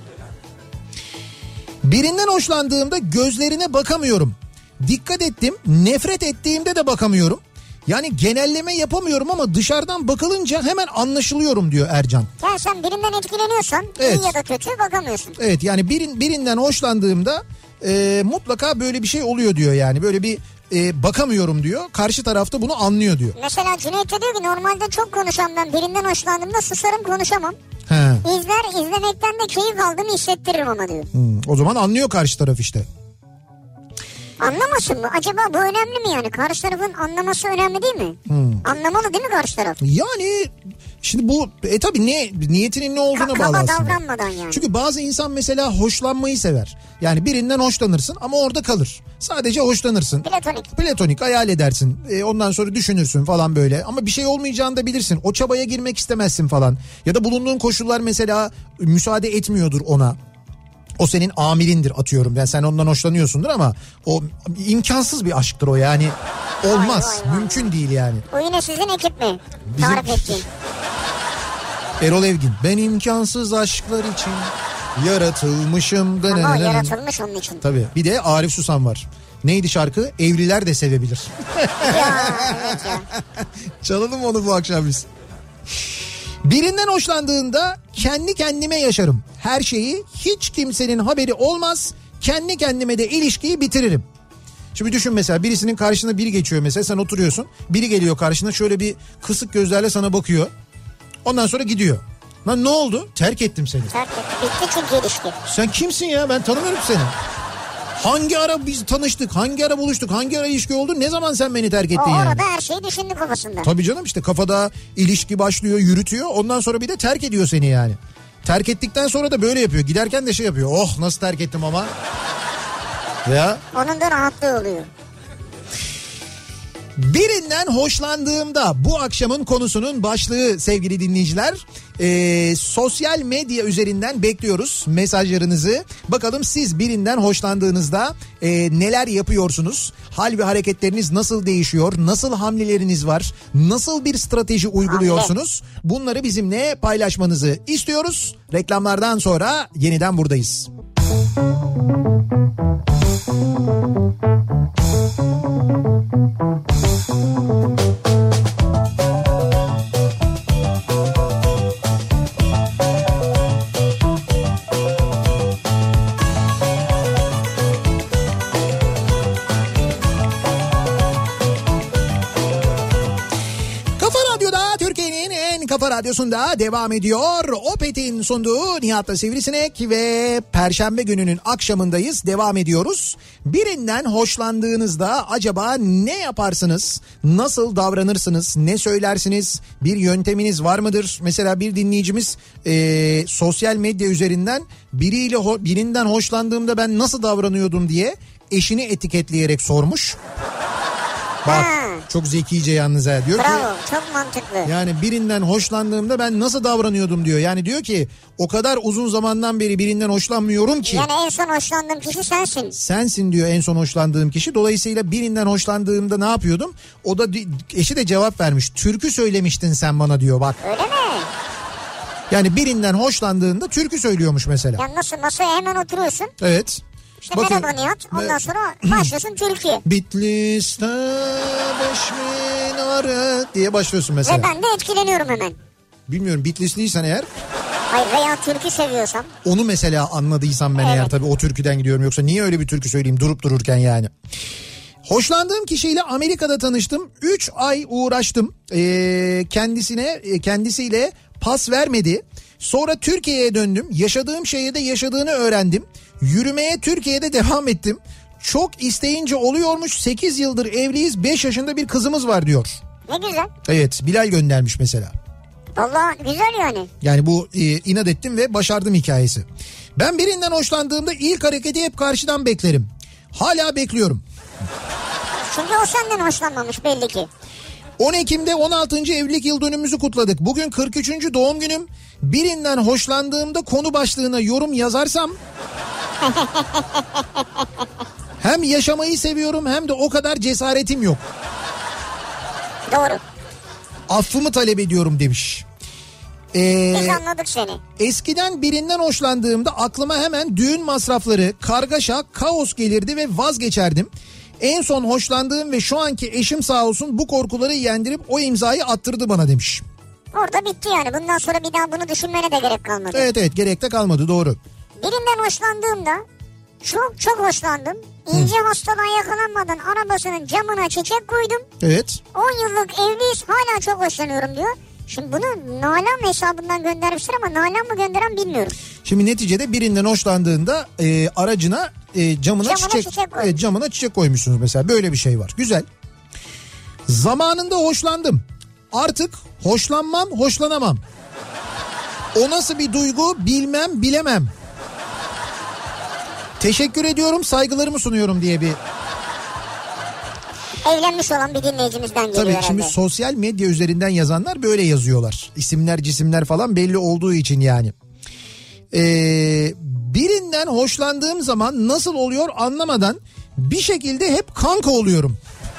Birinden hoşlandığımda gözlerine bakamıyorum. Dikkat ettim, nefret ettiğimde de bakamıyorum. Yani genelleme yapamıyorum ama dışarıdan bakılınca hemen anlaşılıyorum diyor Ercan. Yani sen birinden etkileniyorsan iyi ya da kötü bakamıyorsun. Evet, yani birinden hoşlandığımda mutlaka böyle bir şey oluyor diyor yani. Böyle bir bakamıyorum diyor. Karşı tarafta bunu anlıyor diyor. Mesela Cüneyt de diyor ki normalde çok konuşan ben birinden hoşlandığımda susarım, konuşamam. He. İzlemekten de keyif aldığımı hissettiririm ama diyor. O zaman anlıyor karşı taraf işte. Anlamasın mı? Acaba bu önemli mi yani? Karşı tarafın anlaması önemli değil mi? Anlamalı değil mi karşı taraf? Yani şimdi bu tabii niyetinin ne olduğuna bağlı aslında. Kaba davranmadan yani. Çünkü bazı insan mesela hoşlanmayı sever. Yani birinden hoşlanırsın ama orada kalır. Sadece hoşlanırsın. Platonik hayal edersin. Ondan sonra düşünürsün falan böyle. Ama bir şey olmayacağını da bilirsin. O çabaya girmek istemezsin falan. Ya da bulunduğun koşullar mesela müsaade etmiyordur ona. O senin amirindir atıyorum. Yani sen ondan hoşlanıyorsundur ama o imkansız bir aşktır o yani. Olmaz. Vay. Mümkün değil yani. O yine sizin ekip mi? Tarif ettiğin. Erol Evgin. Ben imkansız aşklar için yaratılmışım. Ama yaratılmış onun için. Tabii. Bir de Arif Susam var. Neydi şarkı? Evliler de sevebilir. Ya evet ya. Çalalım onu bu akşam biz. Birinden hoşlandığında kendi kendime yaşarım. Her şeyi, hiç kimsenin haberi olmaz. Kendi kendime de ilişkiyi bitiririm. Şimdi düşün, mesela birisinin karşına biri geçiyor, mesela sen oturuyorsun. Biri geliyor karşına, şöyle bir kısık gözlerle sana bakıyor. Ondan sonra gidiyor. Lan ne oldu? Terk ettim seni. Terk etti. Bitti çünkü ilişki. Sen kimsin ya? Ben tanımıyorum seni. Hangi ara biz tanıştık? Hangi ara buluştuk? Hangi ara ilişki oldu? Ne zaman sen beni terk ettin o yani? arada her şeyi düşündü kafasında. Tabii canım, işte kafada ilişki başlıyor, yürütüyor. Ondan sonra bir de terk ediyor seni yani. Terk ettikten sonra da böyle yapıyor. Giderken de şey yapıyor. Oh nasıl terk ettim ama. Ya. Onun da rahatlığı oluyor. Birinden hoşlandığımda bu akşamın konusunun başlığı sevgili dinleyiciler. Sosyal medya üzerinden bekliyoruz mesajlarınızı. Bakalım siz birinden hoşlandığınızda neler yapıyorsunuz? Hal ve hareketleriniz nasıl değişiyor? Nasıl hamleleriniz var? Nasıl bir strateji uyguluyorsunuz? Bunları bizimle paylaşmanızı istiyoruz. Reklamlardan sonra yeniden buradayız. Kafa Radyosu'nda devam ediyor. Opet'in sunduğu Nihat'la Sivrisinek ve Perşembe gününün akşamındayız. Devam ediyoruz. Birinden hoşlandığınızda acaba ne yaparsınız? Nasıl davranırsınız? Ne söylersiniz? Bir yönteminiz var mıdır? Mesela bir dinleyicimiz sosyal medya üzerinden birinden hoşlandığımda ben nasıl davranıyordum diye eşini etiketleyerek sormuş. Bak çok zekice yalnız ha. Diyor bravo, ki, çok mantıklı. yani birinden hoşlandığımda ben nasıl davranıyordum diyor. Yani diyor ki o kadar uzun zamandan beri birinden hoşlanmıyorum ki. Yani en son hoşlandığım kişi sensin. Sensin diyor en son hoşlandığım kişi. Dolayısıyla birinden hoşlandığımda ne yapıyordum? O da eşi de cevap vermiş. Türkü söylemiştin sen bana diyor bak. Öyle mi? Yani birinden hoşlandığında türkü söylüyormuş mesela. Ya nasıl masaya hemen oturuyorsun. Evet. İşte merhaba Nihat. Ondan sonra başlıyorsun türküye. Bitlis'te 5000 arı diye başlıyorsun mesela. Ve ben de etkileniyorum hemen. Bilmiyorum Bitlisliysen eğer. Hayır veya türkü seviyorsam. Onu mesela anladıysam ben eğer tabii o türküden gidiyorum. Yoksa niye öyle bir türkü söyleyeyim durup dururken yani. Hoşlandığım kişiyle Amerika'da tanıştım. 3 ay uğraştım. Kendisiyle pas vermedi. Sonra Türkiye'ye döndüm. Yaşadığım şehirde yaşadığını öğrendim. Yürümeye Türkiye'de devam ettim. Çok isteyince oluyormuş. 8 yıldır evliyiz. 5 yaşında bir kızımız var diyor. Ne güzel. Evet, Bilal göndermiş mesela. Vallahi güzel yani. Yani bu inat ettim ve başardım hikayesi. Ben birinden hoşlandığımda ilk hareketi hep karşıdan beklerim. Hala bekliyorum. Çünkü o senden hoşlanmamış belli ki. 10 Ekim'de 16. evlilik yıl dönümümüzü kutladık. Bugün 43. doğum günüm. Birinden hoşlandığımda konu başlığına yorum yazarsam hem yaşamayı seviyorum hem de o kadar cesaretim yok. Doğru. Affımı talep ediyorum demiş. Biz anladık seni. Eskiden birinden hoşlandığımda aklıma hemen düğün masrafları, kargaşa, kaos gelirdi ve vazgeçerdim. En son hoşlandığım ve şu anki eşim sağ olsun bu korkuları yendirip o imzayı attırdı bana demiş. Orada bitti yani. Bundan sonra bir daha bunu düşünmene de gerek kalmadı. Evet gerek de kalmadı doğru. Birinden hoşlandığımda çok hoşlandım. İnce hastalığa yakalanmadan arabasının camına çiçek koydum. Evet. 10 yıllık evliyiz hala çok hoşlanıyorum diyor. Şimdi bunu Nalan hesabından göndermiştir ama Nalan mı gönderen bilmiyorum. Şimdi neticede birinden hoşlandığında aracına camına çiçek koymuşsunuz mesela. Böyle bir şey var. Güzel. Zamanında hoşlandım. Artık hoşlanmam, hoşlanamam. O nasıl bir duygu bilmem, bilemem. Teşekkür ediyorum, saygılarımı sunuyorum diye bir... Evlenmiş olan bir dinleyicimizden geliyor Tabii herhalde. şimdi sosyal medya üzerinden yazanlar böyle yazıyorlar. İsimler, cisimler falan belli olduğu için yani. Birinden hoşlandığım zaman nasıl oluyor anlamadan bir şekilde hep kanka oluyorum.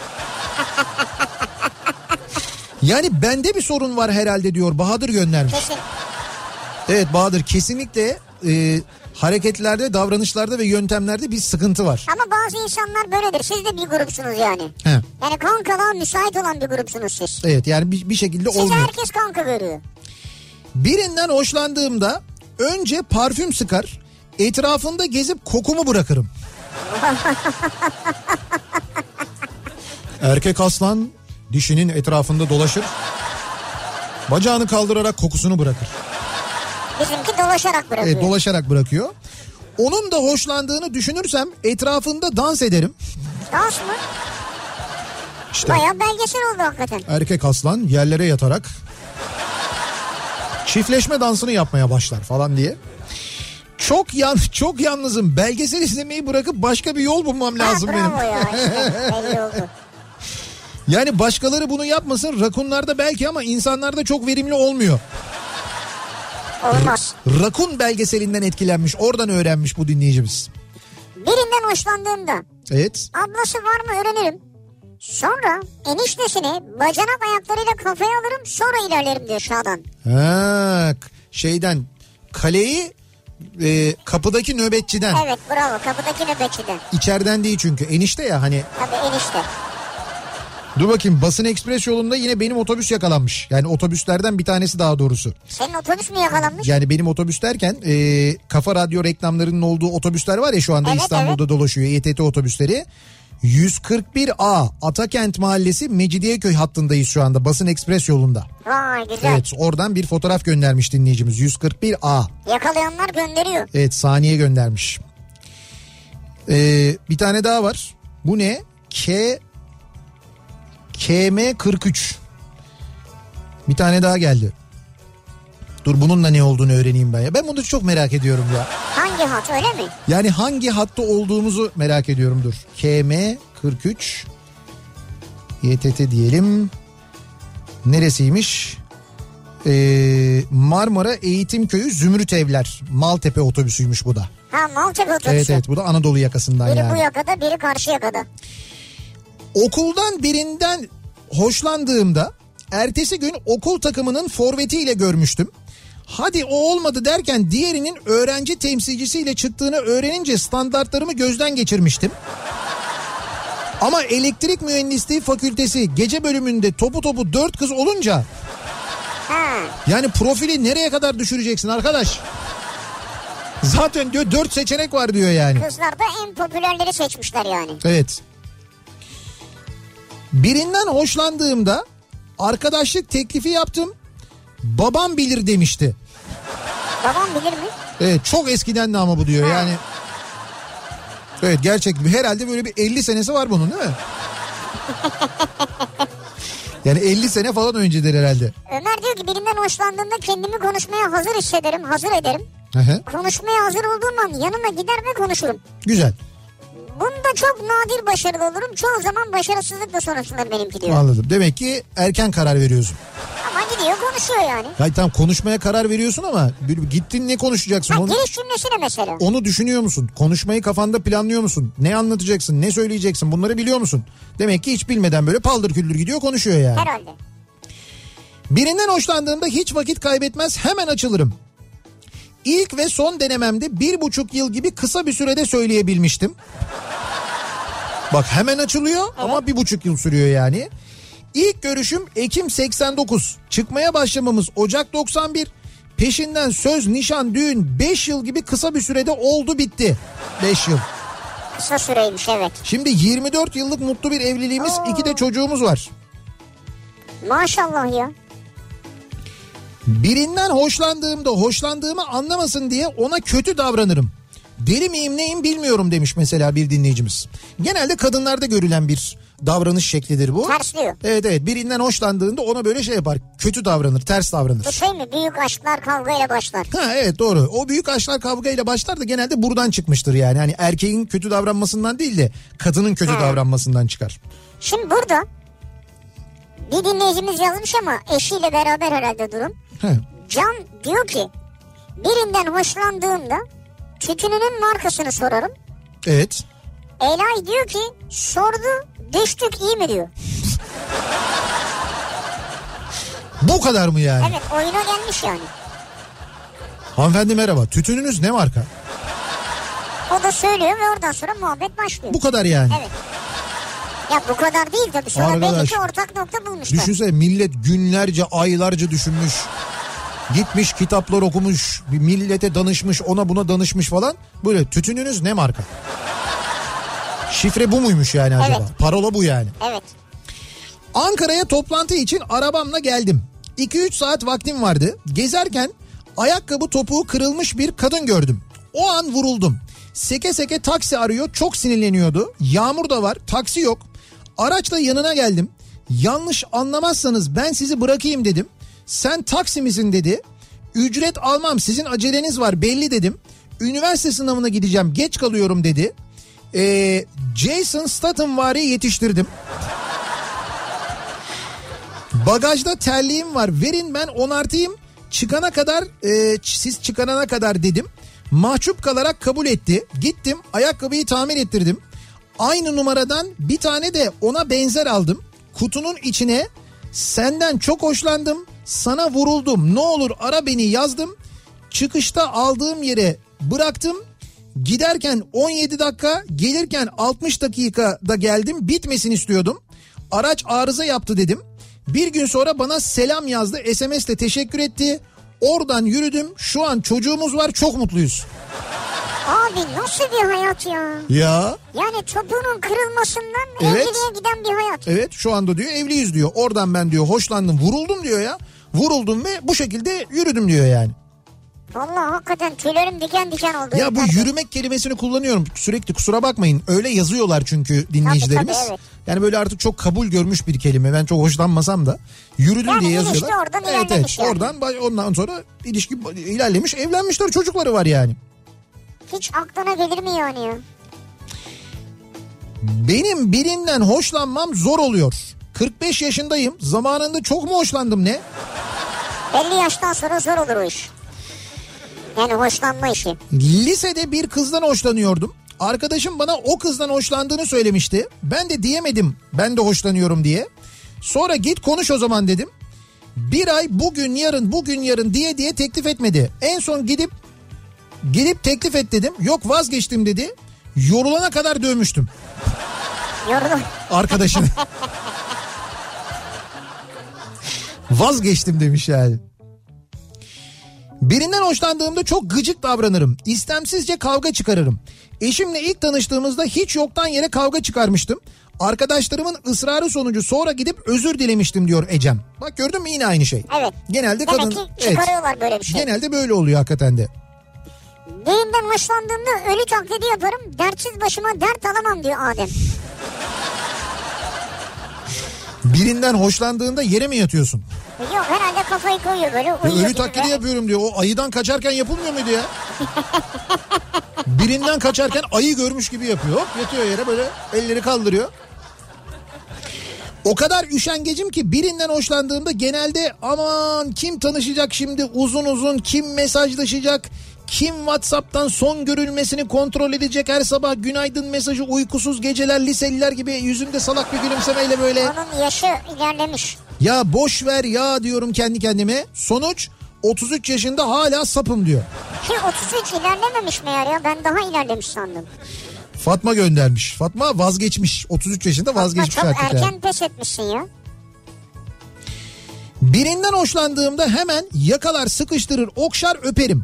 Yani bende bir sorun var herhalde diyor Bahadır göndermiş. Kesin. Evet Bahadır kesinlikle hareketlerde, davranışlarda ve yöntemlerde bir sıkıntı var. Ama bazı insanlar böyledir. Siz de bir grupsunuz yani. He. Yani kankalığa müsait olan bir grupsunuz siz. Evet yani bir şekilde olmuyor. Size herkes kanka görüyor. Birinden hoşlandığımda önce parfüm sıkar, etrafında gezip kokumu bırakırım. Erkek aslan dişinin etrafında dolaşır, bacağını kaldırarak kokusunu bırakır. Bizimki dolaşarak bırakıyor. Evet, dolaşarak bırakıyor. Onun da hoşlandığını düşünürsem etrafında dans ederim. Dans mı? İşte bayağı belgesel oldu hakikaten. erkek aslan yerlere yatarak çiftleşme dansını yapmaya başlar falan diye. Çok yalnızım. Belgesel izlemeyi bırakıp başka bir yol bulmam lazım bravo benim. Bravo ya işte belli oldu. Yani başkaları bunu yapmasın. Rakunlarda belki ama insanlarda çok verimli olmuyor. Olmaz. Rakun belgeselinden etkilenmiş. Oradan öğrenmiş bu dinleyicimiz. Birinden hoşlandığımda. Evet. Ablası var mı öğrenirim. Sonra eniştesini bacanak ayaklarıyla kafaya alırım sonra ilerlerim diyor Şadan. Kaleyi kapıdaki nöbetçiden. Evet bravo kapıdaki nöbetçiden. İçeriden değil çünkü enişte ya hani. Tabii enişte. Dur bakayım Basın Ekspres yolunda yine benim otobüs yakalanmış. Yani otobüslerden bir tanesi daha doğrusu. Senin otobüs mü yakalanmış? Yani benim otobüs derken Kafa Radyo reklamlarının olduğu otobüsler var ya şu anda evet, İstanbul'da dolaşıyor. İETT otobüsleri. 141A Atakent Mahallesi Mecidiyeköy hattındayız şu anda, Basın Ekspres yolunda. Vay güzel. Evet, oradan bir fotoğraf göndermiş dinleyicimiz, 141A. Yakalayanlar gönderiyor. Evet, saniye göndermiş. Bir tane daha var. Bu ne? KM43. Bir tane daha geldi. Dur, bunun da ne olduğunu öğreneyim ben ya. Ben bunu çok merak ediyorum ya. Hangi hat, öyle mi? Yani hangi hatta olduğumuzu merak ediyorum, dur. KM43 YTT diyelim. Neresiymiş? Marmara Eğitim Köyü Zümrüt Evler. Maltepe otobüsüymüş bu da. Ha, Maltepe otobüsü. Evet evet, bu da Anadolu yakasından biri yani. Biri bu yakada, biri karşı yakada. Okuldan birinden hoşlandığımda ertesi gün okul takımının forvetiyle görmüştüm. Hadi o olmadı derken diğerinin öğrenci temsilcisiyle çıktığını öğrenince standartlarımı gözden geçirmiştim. Ama elektrik mühendisliği fakültesi gece bölümünde topu 4 kız olunca... Yani profili nereye kadar düşüreceksin arkadaş? Zaten diyor 4 seçenek var diyor yani. Kızlar da en popülerleri seçmişler yani. Evet. Birinden hoşlandığımda arkadaşlık teklifi yaptım. Babam bilir demişti. Babam bilir mi? Evet, çok eskiden de ama bu diyor yani. Evet, gerçekten herhalde böyle bir 50 senesi var bunun, değil mi? Yani 50 sene falan öncedir herhalde. Ömer diyor ki birinden hoşlandığımda kendimi konuşmaya hazır hissederim, hazır ederim. Konuşmaya hazır olduğum an yanına gider ve konuşurum. Güzel. Bunda çok nadir başarılı olurum. Çoğu zaman başarısızlıkla sonuçlanır benimki diyor. Anladım. Demek ki erken karar veriyorsun. Ama gidiyor konuşuyor yani. Hayır, tamam, konuşmaya karar veriyorsun ama gittin ne konuşacaksın? Ha, giriş cümlesine mesela. Onu düşünüyor musun? Konuşmayı kafanda planlıyor musun? Ne anlatacaksın? Ne söyleyeceksin? Bunları biliyor musun? Demek ki hiç bilmeden böyle paldır küldür gidiyor konuşuyor yani. Herhalde. Birinden hoşlandığımda hiç vakit kaybetmez, hemen açılırım. İlk ve son denememde 1,5 yıl gibi kısa bir sürede söyleyebilmiştim. Bak, hemen açılıyor ama 1,5 yıl sürüyor yani. İlk görüşüm Ekim 89. Çıkmaya başlamamız Ocak 91. Peşinden söz, nişan, düğün 5 yıl gibi kısa bir sürede oldu bitti. 5 yıl. Kısa süreymiş, evet. Şimdi 24 yıllık mutlu bir evliliğimiz, 2 de çocuğumuz var. Maşallah ya. Birinden hoşlandığımda hoşlandığımı anlamasın diye ona kötü davranırım. Deli miyim neyim bilmiyorum demiş mesela bir dinleyicimiz. Genelde kadınlarda görülen bir davranış şeklidir bu. Tersliyor. Evet evet, birinden hoşlandığında ona böyle şey yapar. Kötü davranır, ters davranır. Bu şey mi? Büyük aşklar kavgayla başlar. Ha evet, doğru. O büyük aşklar kavgayla başlar da genelde buradan çıkmıştır yani. Hani erkeğin kötü davranmasından değil de kadının kötü davranmasından çıkar. Şimdi burada bir dinleyicimiz yazmış ama eşiyle beraber herhalde durum. Can diyor ki birinden hoşlandığımda tütününün markasını sorarım. Evet. Elay diyor ki sordu, düştük iyi mi diyor. Bu kadar mı yani? Evet, oyuna gelmiş yani. Hanımefendi merhaba, tütününüz ne marka? O da söylüyor ve oradan sonra muhabbet başlıyor. Bu kadar yani. Evet. Ya bu kadar değil tabii. Sonra arkadaş, belli ki ortak nokta bulmuşlar. Düşünsene, millet günlerce aylarca düşünmüş. Gitmiş kitaplar okumuş. Bir millete danışmış, ona buna danışmış falan. Böyle tütününüz ne marka? Şifre bu muymuş yani acaba? Evet. Parola bu yani. Evet. Ankara'ya toplantı için arabamla geldim. 2-3 saat vaktim vardı. Gezerken ayakkabı topuğu kırılmış bir kadın gördüm. O an vuruldum. Seke seke taksi arıyor, çok sinirleniyordu. Yağmur da var, taksi yok. Araçla yanına geldim. Yanlış anlamazsanız ben sizi bırakayım dedim. Sen taksi misin dedi. Ücret almam, sizin aceleniz var belli dedim. Üniversite sınavına gideceğim, geç kalıyorum dedi. Jason Statham vari yetiştirdim. Bagajda terliğim var, verin ben onartayım. Çıkana kadar siz çıkarana kadar dedim. Mahcup kalarak kabul etti. Gittim, ayakkabıyı tamir ettirdim. Aynı numaradan bir tane de ona benzer aldım. Kutunun içine senden çok hoşlandım, sana vuruldum, ne olur ara beni yazdım. Çıkışta aldığım yere bıraktım. Giderken 17 dakika, gelirken 60 dakikada geldim. Bitmesin istiyordum. Araç arıza yaptı dedim. Bir gün sonra bana selam yazdı, SMS'le teşekkür etti. Oradan yürüdüm. Şu an çocuğumuz var, çok mutluyuz. Aa, Abi nasıl bir hayat ya? Ya. Yani topuğunun kırılmasından evet. evliliğe giden bir hayat. Evet, şu anda diyor evliyiz diyor. Oradan ben diyor hoşlandım, vuruldum diyor ya. Vuruldum ve bu şekilde yürüdüm diyor yani. Vallahi hakikaten tüylerim diken diken oldu. Ya bu yürümek kelimesini kullanıyorum sürekli, kusura bakmayın. Öyle yazıyorlar çünkü dinleyicilerimiz. Tabii, evet. Yani böyle artık çok kabul görmüş bir kelime. Ben çok hoşlanmasam da yürüdüm yani diye yazıyorlar. Yani oradan ilerlemiş yani. Oradan ondan sonra ilişki ilerlemiş, evlenmişler, çocukları var yani. Hiç aklına gelir mi yani ya? Benim birinden hoşlanmam zor oluyor. 45 yaşındayım. Zamanında çok mu hoşlandım ne? 50 yaştan sonra zor olur o iş. Yani hoşlanma işi. Lisede bir kızdan hoşlanıyordum. Arkadaşım bana o kızdan hoşlandığını söylemişti. Ben de diyemedim ben de hoşlanıyorum diye. Sonra git konuş o zaman dedim. Bir ay bugün yarın diye teklif etmedi. En son gidip teklif et dedim. Yok vazgeçtim dedi. Yorulana kadar dövmüştüm. Yoruldum. Arkadaşını. Vazgeçtim demiş yani. Birinden hoşlandığımda çok gıcık davranırım. İstemsizce kavga çıkarırım. Eşimle ilk tanıştığımızda hiç yoktan yere kavga çıkarmıştım. Arkadaşlarımın ısrarı sonucu sonra gidip özür dilemiştim diyor Ecem. Bak gördün mü, yine aynı şey. Evet. Genelde demek kadın. ki çıkarıyorlar böyle bir şey. Genelde böyle oluyor hakikaten de. Birinden hoşlandığımda ölü taklidi yaparım. Dertsiz başıma dert alamam diyor Adem. Birinden hoşlandığında yere mi yatıyorsun? Yok herhalde kafayı koyuyor böyle. Ölü taklidi yapıyorum diyor. O ayıdan kaçarken yapılmıyor muydu ya? Birinden kaçarken ayı görmüş gibi yapıyor. Hop yatıyor yere, böyle elleri kaldırıyor. O kadar üşengecim ki birinden hoşlandığımda genelde aman kim tanışacak şimdi uzun uzun, kim mesajlaşacak, kim WhatsApp'tan son görülmesini kontrol edecek, her sabah günaydın mesajı, uykusuz geceler, liseliler gibi yüzünde salak bir gülümsemeyle böyle. Onun yaşı ilerlemiş. Ya boş ver ya diyorum kendi kendime. Sonuç 33 yaşında hala sapım diyor. Ki 33 ilerlememiş meğer ya, ben daha ilerlemiş sandım. Fatma göndermiş. Fatma vazgeçmiş. 33 yaşında vazgeçmiş artık. Çok erken yani. pes etmişsin ya. Birinden hoşlandığımda hemen yakalar, sıkıştırır, okşar, öperim.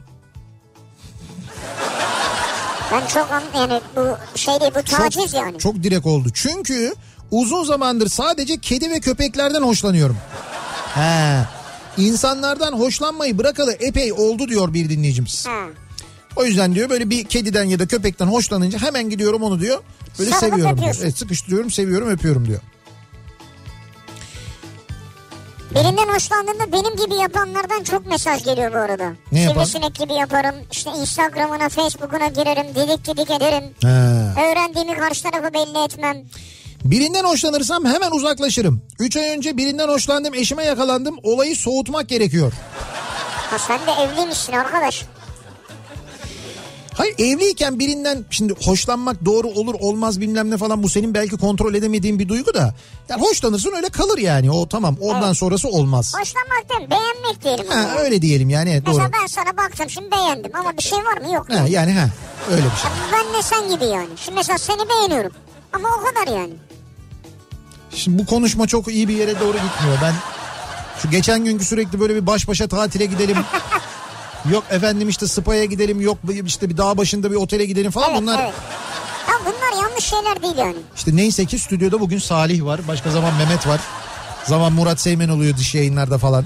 Ben çok yani bu şey değil, bu taciz yani. Çok direkt oldu. Çünkü uzun zamandır sadece kedi ve köpeklerden hoşlanıyorum. İnsanlardan hoşlanmayı bırakalı epey oldu diyor bir dinleyicimiz. O yüzden diyor böyle bir kediden ya da köpekten hoşlanınca hemen gidiyorum onu diyor. Böyle sarılıp seviyorum diyor. Evet, sıkıştırıyorum, seviyorum, öpüyorum diyor. Birinden hoşlandığında benim gibi yapanlardan çok mesaj geliyor bu arada. Ne yapan? Sivrisinek gibi yaparım. İşte Instagram'ına, Facebook'una girerim. Didik ederim. Öğrendiğimi karşı tarafa belli etmem. Birinden hoşlanırsam hemen uzaklaşırım. 3 ay önce birinden hoşlandım, eşime yakalandım. Olayı soğutmak gerekiyor. Ha sen de evliymişsin arkadaş. Hayır, evliyken birinden şimdi hoşlanmak doğru olur olmaz bilmem ne falan, bu senin belki kontrol edemediğin bir duygu da. Yani hoşlanırsın öyle kalır yani, o tamam, oradan sonrası olmaz. Hoşlanmak değil, beğenmek diyelim. Öyle diyelim yani, evet, mesela doğru. ben sana baktım şimdi beğendim ama bir şey var mı, yok. Yani öyle bir şey. Ben de sen gibi yani. Şimdi mesela seni beğeniyorum ama o kadar yani. Şimdi bu konuşma çok iyi bir yere doğru gitmiyor. Ben şu geçen günkü sürekli böyle bir baş başa tatile gidelim. Yok efendim işte spa'ya gidelim, yok işte bir dağ başında bir otele gidelim falan, evet, bunlar. Evet. Ya bunlar yanlış şeyler değil yani. İşte neyse ki stüdyoda bugün Salih var, başka zaman Mehmet var. Zaman Murat Seymen oluyor dış yayınlarda falan.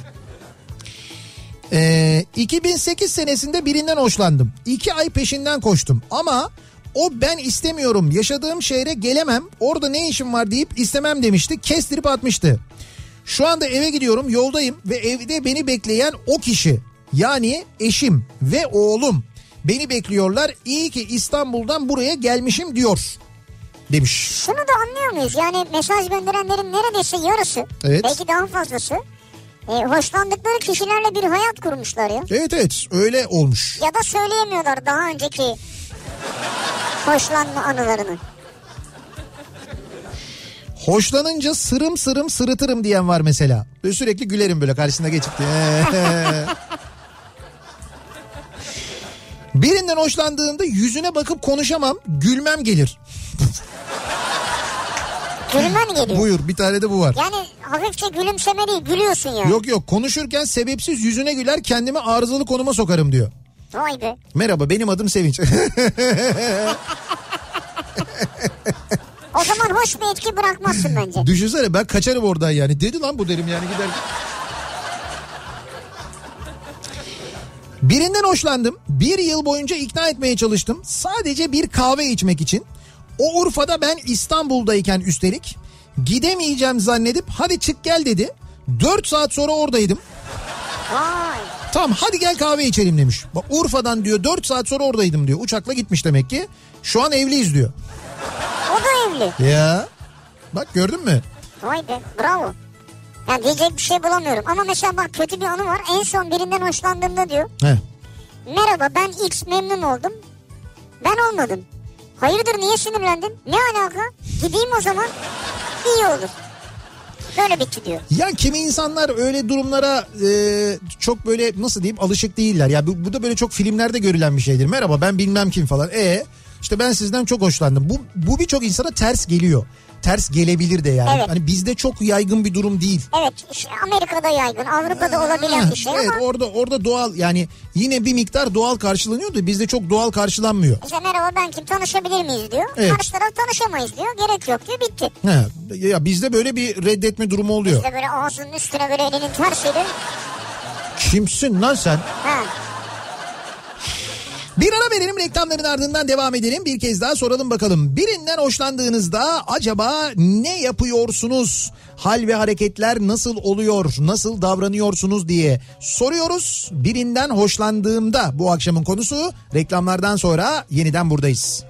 2008 senesinde birinden hoşlandım. 2 ay peşinden koştum ama o ben istemiyorum, yaşadığım şehre gelemem, orada ne işim var deyip istemem demişti, kestirip atmıştı. Şu anda eve gidiyorum, yoldayım ve evde beni bekleyen o kişi, yani eşim ve oğlum beni bekliyorlar. İyi ki İstanbul'dan buraya gelmişim diyor demiş. Şunu da anlıyor muyuz? Yani mesaj gönderenlerin neredeyse yarısı, evet, belki daha fazlası hoşlandıkları kişilerle bir hayat kurmuşlar ya. Evet öyle olmuş. Ya da söyleyemiyorlar daha önceki hoşlanma anılarını. Hoşlanınca sırım sırım sırıtırım diyen var mesela. Böyle sürekli gülerim böyle karşısına geçip diye. Birinden hoşlandığımda yüzüne bakıp konuşamam, gülmem gelir. Gülmen geliyor. Buyur, bir tane de bu var. Yani hafifçe gülümseme değil, gülüyorsun yani. Yok konuşurken sebepsiz yüzüne güler, kendimi arızalı konuma sokarım diyor. Vay be. Merhaba benim adım Sevinç. O zaman hoş bir etki bırakmazsın bence. Düşünsene ben kaçarım oradan yani. Dedi lan bu derim yani gider. Birinden hoşlandım. 1 yıl boyunca ikna etmeye çalıştım. Sadece bir kahve içmek için. O Urfa'da, ben İstanbul'dayken üstelik. Gidemeyeceğim zannedip hadi çık gel dedi. 4 saat sonra oradaydım. Vay. Tamam hadi gel kahve içelim demiş. Bak Urfa'dan diyor 4 saat sonra oradaydım diyor. Uçakla gitmiş demek ki. Şu an evliyiz diyor. O da evli. Ya bak gördün mü? Vay be, bravo. Yani diyecek bir şey bulamıyorum. Ama mesela bak kötü bir anı var. En son birinden hoşlandığımda diyor. He. Merhaba ben X, memnun oldum. Ben olmadım. Hayırdır, niye sinirlendin? Ne alaka? Gideyim o zaman. İyi olur. Böyle bitti diyor. Ya kimi insanlar öyle durumlara çok böyle nasıl diyeyim alışık değiller. Ya bu da böyle çok filmlerde görülen bir şeydir. Merhaba ben bilmem kim falan. İşte ben sizden çok hoşlandım. Bu birçok insana ters geliyor. Ters gelebilir de yani. Evet. Hani bizde çok yaygın bir durum değil. Evet, işte Amerika'da yaygın, Avrupa'da olabilen bir şey evet, ama. orada doğal yani yine bir miktar doğal karşılanıyor da bizde çok doğal karşılanmıyor. İşte merhaba ben kim, tanışabilir miyiz diyor. Evet. Karşı taraf tanışamayız diyor. Gerek yok diyor, bitti. Ya bizde böyle bir reddetme durumu oluyor. Bizde böyle ağzının üstüne böyle elinin tersiyle. Kimsin lan sen? Ha. Bir ara verelim, reklamların ardından devam edelim. Bir kez daha soralım bakalım. Birinden hoşlandığınızda acaba ne yapıyorsunuz? Hal ve hareketler nasıl oluyor? Nasıl davranıyorsunuz diye soruyoruz. Birinden hoşlandığımda bu akşamın konusu. Reklamlardan sonra yeniden buradayız.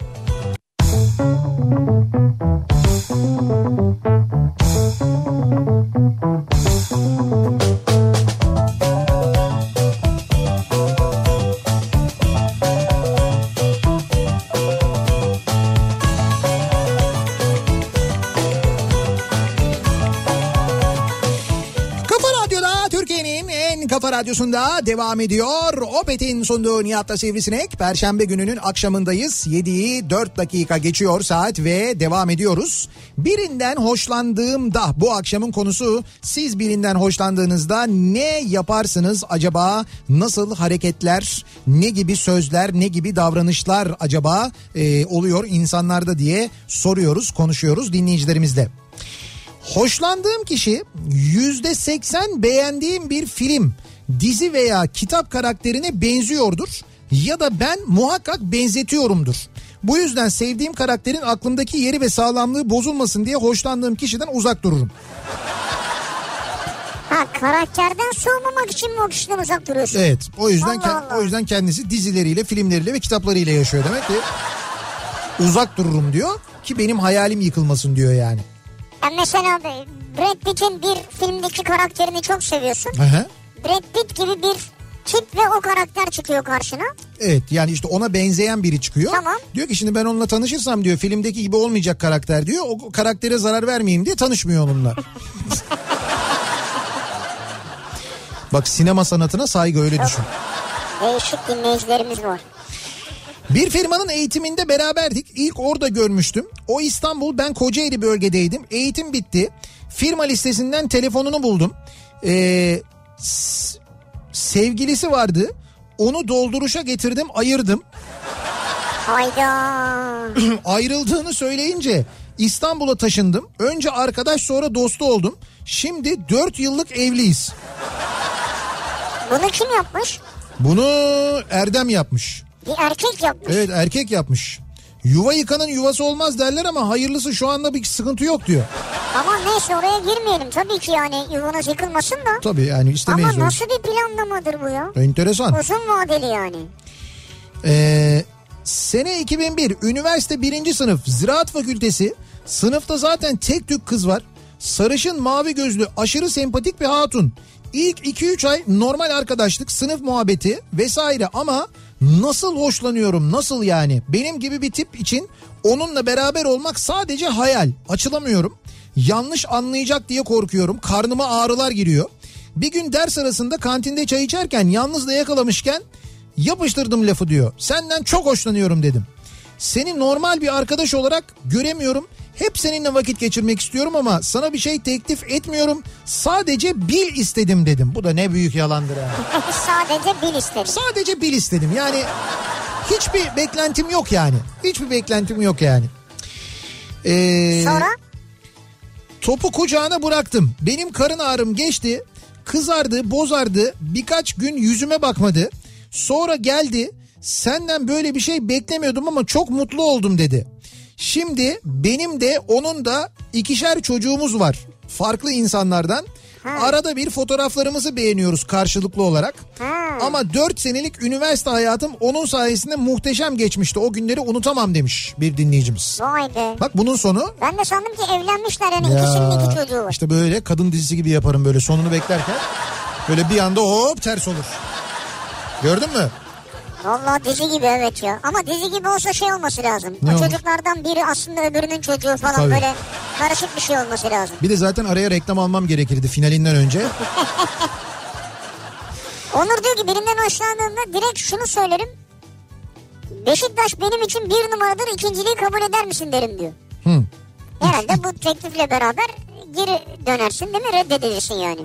Kafa Radyosu'nda devam ediyor. Opet'in sunduğu Nihat'la Sivrisinek. Perşembe gününün akşamındayız. 7'yi 4 dakika geçiyor saat ve devam ediyoruz. Birinden hoşlandığımda bu akşamın konusu. Siz birinden hoşlandığınızda ne yaparsınız acaba? Nasıl hareketler, ne gibi sözler, ne gibi davranışlar acaba oluyor insanlarda diye soruyoruz, konuşuyoruz dinleyicilerimizle. Hoşlandığım kişi %80 beğendiğim bir film, dizi veya kitap karakterine benziyordur ya da ben muhakkak benzetiyorumdur. Bu yüzden sevdiğim karakterin aklımdaki yeri ve sağlamlığı bozulmasın diye hoşlandığım kişiden uzak dururum. Ha, karakterden soğumamak için mi o kişiden uzak duruyorsun? Evet, o yüzden Allah. o yüzden kendisi dizileriyle, filmleriyle ve kitaplarıyla yaşıyor demek ki. Uzak dururum diyor ki benim hayalim yıkılmasın diyor yani. Yani mesela Brad Pitt'in bir filmdeki karakterini çok seviyorsun. Aha. Brad Pitt gibi bir tip ve o karakter çıkıyor karşına. Evet, yani işte ona benzeyen biri çıkıyor. Tamam. Diyor ki şimdi ben onunla tanışırsam diyor filmdeki gibi olmayacak karakter diyor. O karaktere zarar vermeyeyim diye tanışmıyor onunla. Bak sinema sanatına saygı, öyle düşün. Değişik dinleyicilerimiz var. Bir firmanın eğitiminde beraberdik. İlk orada görmüştüm. O İstanbul, ben Kocaeli bölgedeydim. Eğitim bitti. Firma listesinden telefonunu buldum. Sevgilisi vardı. Onu dolduruşa getirdim, ayırdım. Hayda. Ayrıldığını söyleyince İstanbul'a taşındım. Önce arkadaş, sonra dostu oldum. Şimdi 4 yıllık evliyiz. Bunu kim yapmış? Bunu Erdem yapmış. Bir erkek yapmış. Evet, erkek yapmış. Yuva yıkanın yuvası olmaz derler ama hayırlısı, şu anda bir sıkıntı yok diyor. Ama neyse, oraya girmeyelim. Tabii ki yani yuvanız yıkılmasın da. Tabii yani istemeyiz. Ama nasıl bir planlamadır bu ya? Enteresan. Uzun vadeli yani. Sene 2001, üniversite 1. sınıf, Ziraat Fakültesi. Sınıfta zaten tek tük kız var. Sarışın, mavi gözlü, aşırı sempatik bir hatun. İlk 2-3 ay normal arkadaşlık, sınıf muhabbeti vesaire ama nasıl hoşlanıyorum, nasıl yani? Benim gibi bir tip için onunla beraber olmak sadece hayal. Açılamıyorum. Yanlış anlayacak diye korkuyorum. Karnıma ağrılar giriyor. Bir gün ders arasında kantinde çay içerken yalnız da yakalamışken yapıştırdım lafı diyor. Senden çok hoşlanıyorum dedim. Seni normal bir arkadaş olarak göremiyorum. Hep seninle vakit geçirmek istiyorum ama sana bir şey teklif etmiyorum. Sadece bil istedim dedim. Bu da ne büyük yalandır ha. Sadece bil istedim. Sadece bil istedim. Yani hiçbir beklentim yok yani. Hiçbir beklentim yok yani. Sonra? Topu kucağına bıraktım. Benim karın ağrım geçti. Kızardı, bozardı. Birkaç gün yüzüme bakmadı. Sonra geldi. Senden böyle bir şey beklemiyordum ama çok mutlu oldum dedi. Şimdi benim de onun da 2'şer çocuğumuz var. Farklı insanlardan. Arada bir fotoğraflarımızı beğeniyoruz karşılıklı olarak. Ama 4 senelik üniversite hayatım onun sayesinde muhteşem geçmişti. O günleri unutamam demiş bir dinleyicimiz. Vay be. Bak bunun sonu. Ben de sandım ki evlenmişler yani ikisinin 2 çocuğu var. İşte böyle kadın dizisi gibi yaparım böyle sonunu beklerken. Böyle bir anda hop ters olur. Gördün mü? Vallahi dizi gibi evet ya. Ama dizi gibi olsa şey olması lazım. Ne o olur? Çocuklardan biri aslında öbürünün çocuğu falan. Tabii. Böyle karışık bir şey olması lazım. Bir de zaten araya reklam almam gerekirdi finalinden önce. Onur diyor ki birinden hoşlandığımda direkt şunu söylerim. Beşiktaş benim için 1 numaradır, ikinciliği kabul eder misin derim diyor. Herhalde bu teklifle beraber geri dönersin değil mi? Reddedilirsin yani.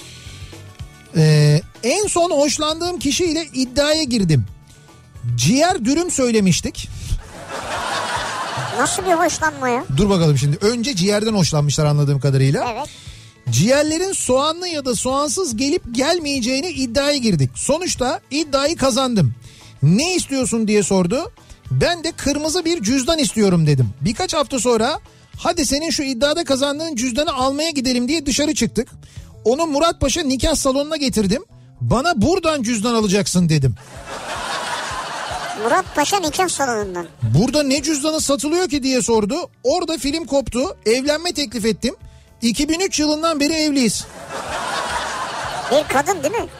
En son hoşlandığım kişiyle iddiaya girdim. Ciğer dürüm söylemiştik. Nasıl bir hoşlanma ya? Dur bakalım şimdi. Önce ciğerden hoşlanmışlar anladığım kadarıyla. Evet. Ciğerlerin soğanlı ya da soğansız gelip gelmeyeceğini iddiaya girdik. Sonuçta iddiayı kazandım. Ne istiyorsun diye sordu. Ben de kırmızı bir cüzdan istiyorum dedim. Birkaç hafta sonra hadi senin şu iddiada kazandığın cüzdanı almaya gidelim diye dışarı çıktık. Onu Muratpaşa nikah salonuna getirdim. Bana buradan cüzdan alacaksın dedim. Muratpaşa nikah salonundan. Burada ne cüzdanı satılıyor ki diye sordu. Orada film koptu. Evlenme teklif ettim. 2003 yılından beri evliyiz. Bir kadın değil mi?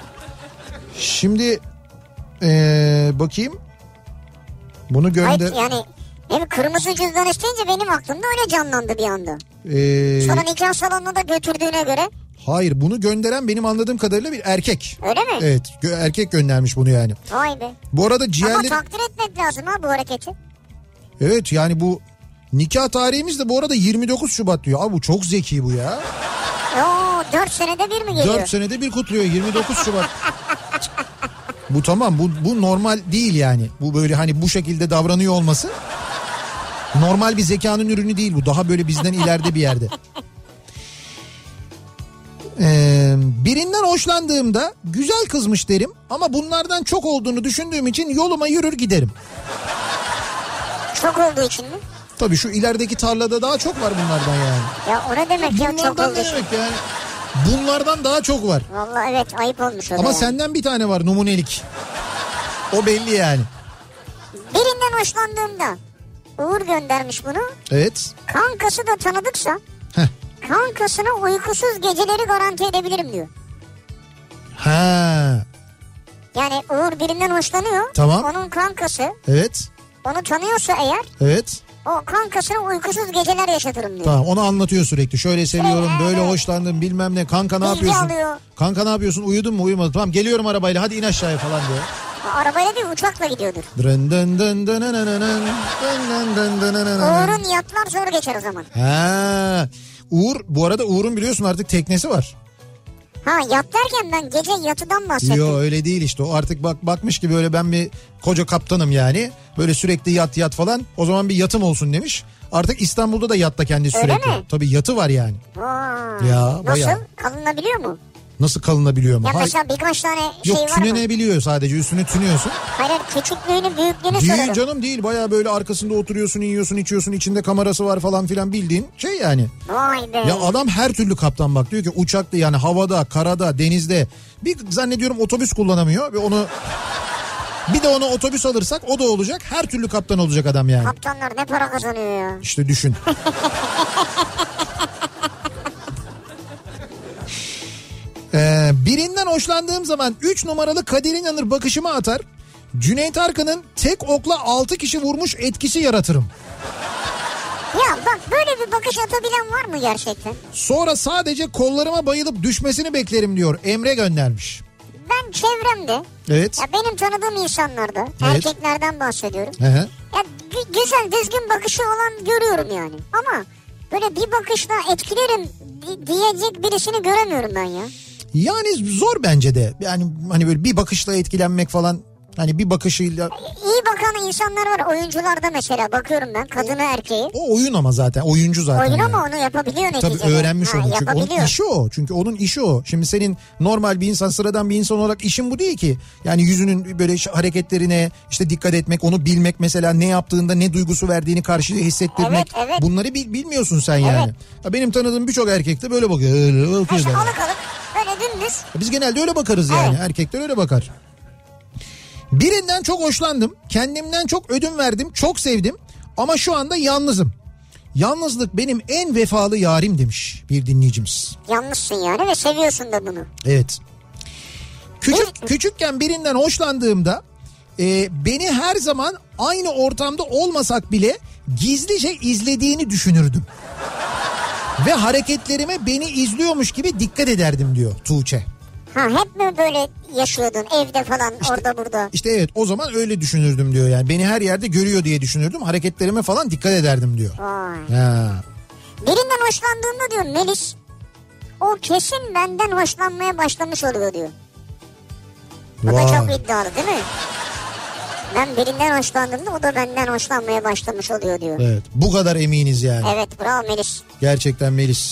Şimdi bakayım. Bunu gönder. Hayır yani hem kırmızı cüzdan isteyince benim aklımda öyle canlandı bir anda. Sonra nikah salonuna da götürdüğüne göre. Hayır, bunu gönderen benim anladığım kadarıyla bir erkek. Öyle mi? Evet, erkek göndermiş bunu yani. Vay be. Bu arada ciğerleri... Ama takdir etmek lazım ha bu hareketi. Evet yani bu nikah tarihimiz de bu arada 29 Şubat diyor. Abi bu çok zeki bu ya. Oo 4 senede bir mi geliyor? 4 senede bir kutluyor 29 Şubat. Bu tamam, bu normal değil yani. Bu böyle hani bu şekilde davranıyor olması normal bir zekanın ürünü değil bu. Daha böyle bizden ileride bir yerde. Birinden hoşlandığımda güzel kızmış derim ama bunlardan çok olduğunu düşündüğüm için yoluma yürür giderim. Çok olduğu için mi? Tabii şu ilerideki tarlada daha çok var bunlardan yani. Ya o ne demek ya, çok olduğu için? Demek yani. Bunlardan daha çok var. Vallahi evet, ayıp olmuş o da. Ama yani. senden bir tane var numunelik. O belli yani. Birinden hoşlandığımda Uğur göndermiş bunu. Evet. Kankası da tanıdıksa kankasına uykusuz geceleri garanti edebilirim diyor. Ha. Yani Uğur birinden hoşlanıyor. Tamam. Onun kankası. Evet. Onu tanıyorsa eğer. Evet. O kankasına uykusuz geceler yaşatırım diyor. Tamam, onu anlatıyor sürekli. Şöyle seviyorum, böyle hoşlandım, bilmem ne. Kanka ne Bilgi yapıyorsun? alıyor. Kanka ne yapıyorsun? Uyudun mu? Uyumadın. Tamam geliyorum arabayla. Hadi in aşağıya falan diyor. Arabayla değil, uçakla gidiyordur. Uğur'un yatlar zor geçer o zaman. Ha. Uğur, bu arada Uğur'un biliyorsun artık teknesi var. Ha, yat derken ben gece yatıdan bahsettim. Yok öyle değil işte, o artık bakmış ki böyle ben bir koca kaptanım yani. Böyle sürekli yat falan, o zaman bir yatım olsun demiş. Artık İstanbul'da da yatta kendisi öyle sürekli. Mi? Tabii yatı var yani. Vay. Ya, bayağı. Nasıl? Kalınabiliyor mu? Nasıl kalınabiliyor mu? Ya mesela birkaç tane şey var mı? Yok, tünenebiliyor sadece, üstüne tünüyorsun. Hayır, küçüklüğünü büyüklüğünü değil sorarım. Canım değil, bayağı böyle arkasında oturuyorsun, yiyorsun, içiyorsun, içinde kamerası var falan filan, bildiğin şey yani. Vay be. Ya adam her türlü kaptan, bak diyor ki uçakta yani, havada, karada, denizde. Bir zannediyorum otobüs kullanamıyor ve onu... Bir de ona otobüs alırsak o da olacak. Her türlü kaptan olacak adam yani. Kaptanlar ne para kazanıyor ya. İşte düşün. Birinden hoşlandığım zaman 3 numaralı Kadir İnanır bakışımı atar. Cüneyt Arkın'ın tek okla 6 kişi vurmuş etkisi yaratırım. Ya bak, böyle bir bakış atabilen var mı gerçekten? Sonra sadece kollarıma bayılıp düşmesini beklerim diyor. Emre göndermiş. Ben çevremde, evet. ya benim tanıdığım insanlarda, evet. erkeklerden bahsediyorum. Hı-hı. Ya güzel düzgün bakışı olan görüyorum yani. Ama böyle bir bakışla etkilerim diyecek birisini göremiyorum ben ya. Yani zor bence de. Yani hani böyle bir bakışla etkilenmek falan. Hani bir bakışıyla... İyi bakan insanlar var. Oyuncularda mesela bakıyorum ben kadını erkeği. O oyun ama zaten. Oyuncu zaten. Oyun yani. ama onu yapabiliyor neticede. Tabii öğrenmiş onu. Çünkü yapabiliyor. onun işi o. Çünkü onun işi o. Şimdi senin normal bir insan, sıradan bir insan olarak işin bu değil ki. Yani yüzünün böyle hareketlerine işte dikkat etmek, onu bilmek mesela, ne yaptığında ne duygusu verdiğini karşıya hissettirmek. Evet. Bunları bilmiyorsun sen yani. Ya benim tanıdığım birçok erkek de böyle bakıyor. Öyle bakıyor. İşte alık böyle dümdüz. Biz genelde öyle bakarız yani. Evet. Erkekler öyle bakar. Birinden çok hoşlandım. Kendimden çok ödün verdim. Çok sevdim. Ama şu anda yalnızım. Yalnızlık benim en vefalı yarim demiş bir dinleyicimiz. Yalnızsın yani ve seviyorsun da bunu. Evet. Küçükken birinden hoşlandığımda beni her zaman aynı ortamda olmasak bile gizlice izlediğini düşünürdüm. Ve hareketlerime beni izliyormuş gibi dikkat ederdim diyor Tuğçe. Ha, hep mi böyle yaşıyordun evde falan, işte, orada burada? İşte evet, o zaman öyle düşünürdüm diyor yani. Beni her yerde görüyor diye düşünürdüm. Hareketlerime falan dikkat ederdim diyor. Ha. Birinden hoşlandığında diyor Melis, o kesin benden hoşlanmaya başlamış oluyor diyor. Bu da çok iddialı değil mi? Ben birinden hoşlandığımda o da benden hoşlanmaya başlamış oluyor diyor. Evet, bu kadar eminiz yani. Evet, bravo Melis. Gerçekten Melis.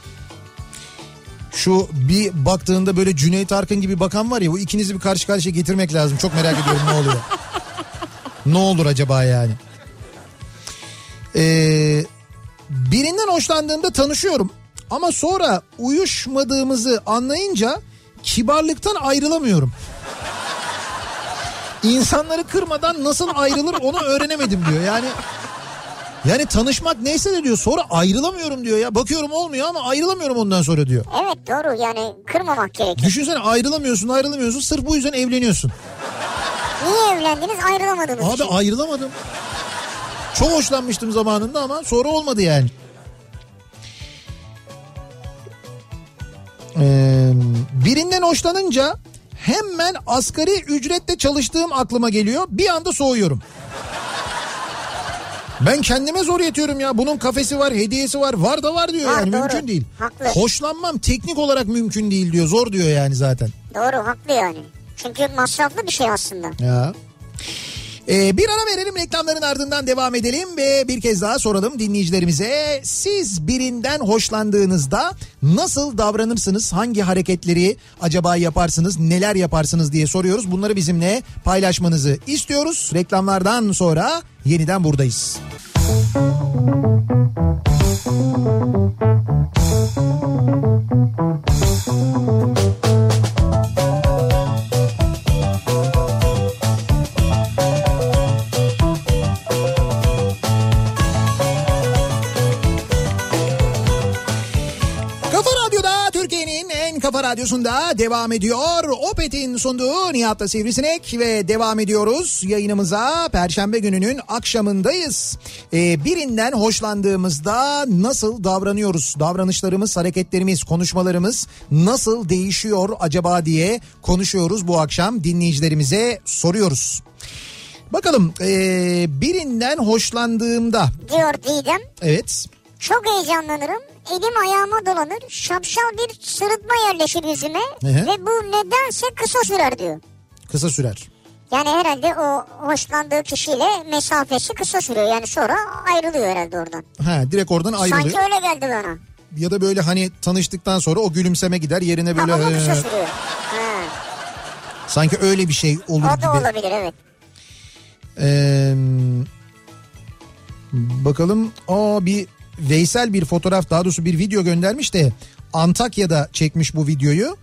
Şu bir baktığında böyle Cüneyt Arkın gibi bakan var ya, bu ikinizi bir karşı karşıya getirmek lazım. Çok merak ediyorum ne oluyor. Ne olur acaba yani. Birinden hoşlandığımda tanışıyorum. Ama sonra uyuşmadığımızı anlayınca kibarlıktan ayrılamıyorum. İnsanları kırmadan nasıl ayrılır onu öğrenemedim diyor. Yani tanışmak neyse de diyor, sonra ayrılamıyorum diyor ya. Bakıyorum olmuyor ama ayrılamıyorum ondan sonra diyor. Evet, doğru, yani kırmamak gerekiyor. Düşünsene, ayrılamıyorsun sırf bu yüzden evleniyorsun. Niye evlendiniz, ayrılamadınız? Abi için. Ayrılamadım. Çok hoşlanmıştım zamanında ama sonra olmadı yani. Birinden hoşlanınca hemen asgari ücretle çalıştığım aklıma geliyor. Bir anda soğuyorum. Ben kendime zor yetiyorum ya. Bunun kafesi var, hediyesi var. Var da var diyor yani. Doğru. Mümkün değil. Haklı. Hoşlanmam teknik olarak mümkün değil diyor. Zor diyor yani zaten. Doğru, haklı yani. Çünkü masraflı bir şey aslında. Ya. Bir ara verelim, reklamların ardından devam edelim ve bir kez daha soralım dinleyicilerimize. Siz birinden hoşlandığınızda nasıl davranırsınız? Hangi hareketleri acaba yaparsınız? Neler yaparsınız diye soruyoruz. Bunları bizimle paylaşmanızı istiyoruz. Reklamlardan sonra yeniden buradayız. Kafa Radyosu'nda devam ediyor. Opet'in sunduğu Nihat'la Sivrisinek ve devam ediyoruz yayınımıza. Perşembe gününün akşamındayız. Birinden hoşlandığımızda nasıl davranıyoruz? Davranışlarımız, hareketlerimiz, konuşmalarımız nasıl değişiyor acaba diye konuşuyoruz bu akşam. Dinleyicilerimize soruyoruz. Bakalım, birinden hoşlandığımda... Diyor Didem. Evet. Çok heyecanlanırım. Elim ayağıma dolanır. Şapşal bir sırıtma yerleşir yüzüme. Hı-hı. Ve bu nedense kısa sürer diyor. Kısa sürer. Yani herhalde o hoşlandığı kişiyle mesafesi kısa sürüyor. Yani sonra ayrılıyor herhalde oradan. Ha, direkt oradan ayrılıyor. Sanki öyle geldi bana. Ya da böyle hani tanıştıktan sonra o gülümseme gider, yerine böyle... Ha, kısa sürüyor. Ha. Sanki öyle bir şey olur gibi. O da olabilir, evet. Bakalım, bir Veysel bir fotoğraf, daha doğrusu bir video göndermiş de Antakya'da çekmiş bu videoyu.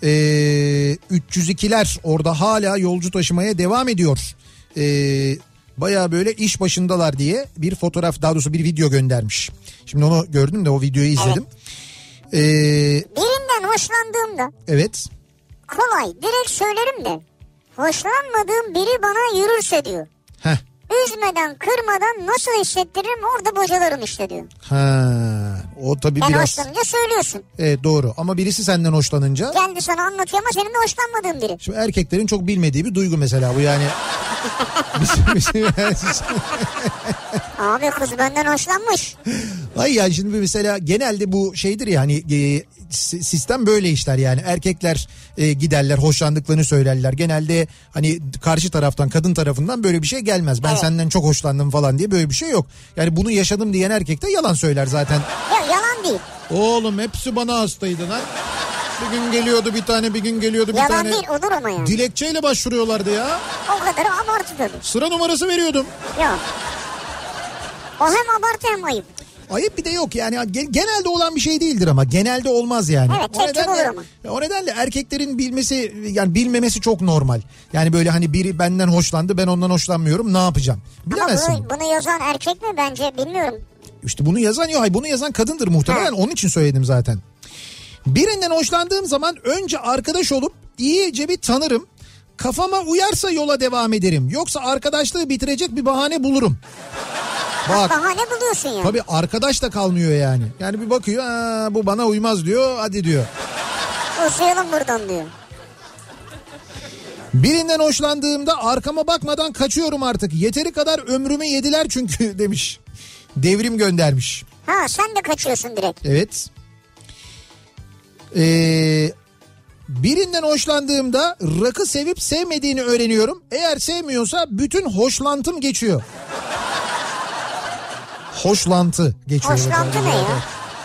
302'ler orada hala yolcu taşımaya devam ediyor. Baya böyle iş başındalar diye bir fotoğraf, daha doğrusu bir video göndermiş. Şimdi onu gördüm de o videoyu izledim. Evet. Birinden hoşlandığımda. Evet. Kolay, direkt söylerim de. Hoşlanmadığım biri bana yürürse diyor. Heh. Üzmeden, kırmadan nasıl hissettiririm, orada bocalarım işte diyor. Ha, o tabii ben biraz... hoşlanınca söylüyorsun. Evet, doğru, ama birisi senden hoşlanınca... Kendi sana anlatıyor ama senin de hoşlanmadığın biri. Şimdi erkeklerin çok bilmediği bir duygu mesela bu yani. Abi kız benden hoşlanmış. Ay ya şimdi mesela genelde bu şeydir ya hani sistem böyle işler yani erkekler giderler hoşlandıklarını söylerler. Genelde hani karşı taraftan kadın tarafından böyle bir şey gelmez. Ben senden çok hoşlandım falan diye böyle bir şey yok. Yani bunu yaşadım diyen erkek de yalan söyler zaten. Ya yalan değil. Oğlum hepsi bana hastaydı lan. Bir gün geliyordu bir tane, bir gün geliyordu bir yalan tane. Yalan değil, olur ama yani. Dilekçeyle başvuruyorlardı ya. O kadar abartı tabii. Sıra numarası veriyordum. Yok. O hem abartı hem ayıp. Ayıp bir de yok yani genelde olan bir şey değildir ama genelde olmaz yani. Evet, tek tük olur ama. O nedenle erkeklerin bilmemesi çok normal. Yani böyle hani biri benden hoşlandı, ben ondan hoşlanmıyorum, ne yapacağım? Bilemezsin. Ama bunu yazan erkek mi bence, bilmiyorum. İşte bunu yazan yok, bunu yazan kadındır muhtemelen, onun için söyledim zaten. Birinden hoşlandığım zaman önce arkadaş olup iyice bir tanırım. Kafama uyarsa yola devam ederim. Yoksa arkadaşlığı bitirecek bir bahane bulurum. Bak, bahane buluyorsun ya. Tabii arkadaş da kalmıyor yani. Yani bir bakıyor, bu bana uymaz diyor, hadi diyor. Uzayalım buradan diyor. Birinden hoşlandığımda arkama bakmadan kaçıyorum artık. Yeteri kadar ömrümü yediler çünkü demiş. Devrim göndermiş. Ha, sen de kaçıyorsun direkt. Evet. Birinden hoşlandığımda rakı sevip sevmediğini öğreniyorum. Eğer sevmiyorsa bütün hoşlantım geçiyor. Hoşlantı geçiyor. Hoşlantı ne ya?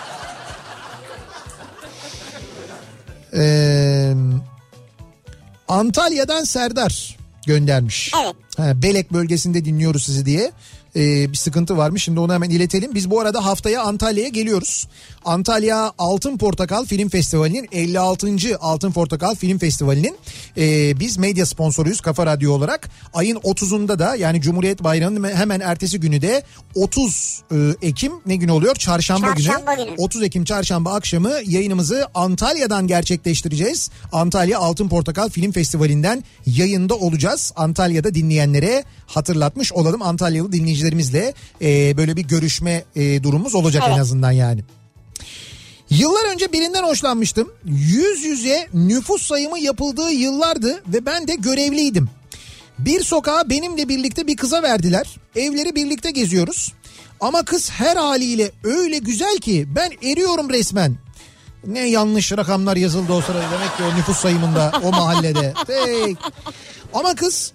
Antalya'dan Serdar göndermiş. Evet. Belek bölgesinde dinliyoruz sizi diye. Bir sıkıntı varmış, şimdi onu hemen iletelim. Biz bu arada haftaya Antalya'ya geliyoruz. Antalya Altın Portakal Film Festivali'nin 56. Altın Portakal Film Festivali'nin biz medya sponsoruyuz Kafa Radyo olarak. Ayın 30'unda da yani Cumhuriyet Bayramı'nın hemen ertesi günü de 30 Ekim ne gün oluyor? Çarşamba günü. 30 Ekim çarşamba akşamı yayınımızı Antalya'dan gerçekleştireceğiz. Antalya Altın Portakal Film Festivali'nden yayında olacağız. Antalya'da dinleyenlere hatırlatmış olalım. Antalyalı dinleyicilerimizle böyle bir görüşme durumumuz olacak en azından yani. Yıllar önce birinden hoşlanmıştım. Yüz yüze nüfus sayımı yapıldığı yıllardı ve ben de görevliydim. Bir sokağa benimle birlikte bir kıza verdiler. Evleri birlikte geziyoruz. Ama kız her haliyle öyle güzel ki ben eriyorum resmen. Ne yanlış rakamlar yazıldı o sırada, demek ki o nüfus sayımında o mahallede. Ama kız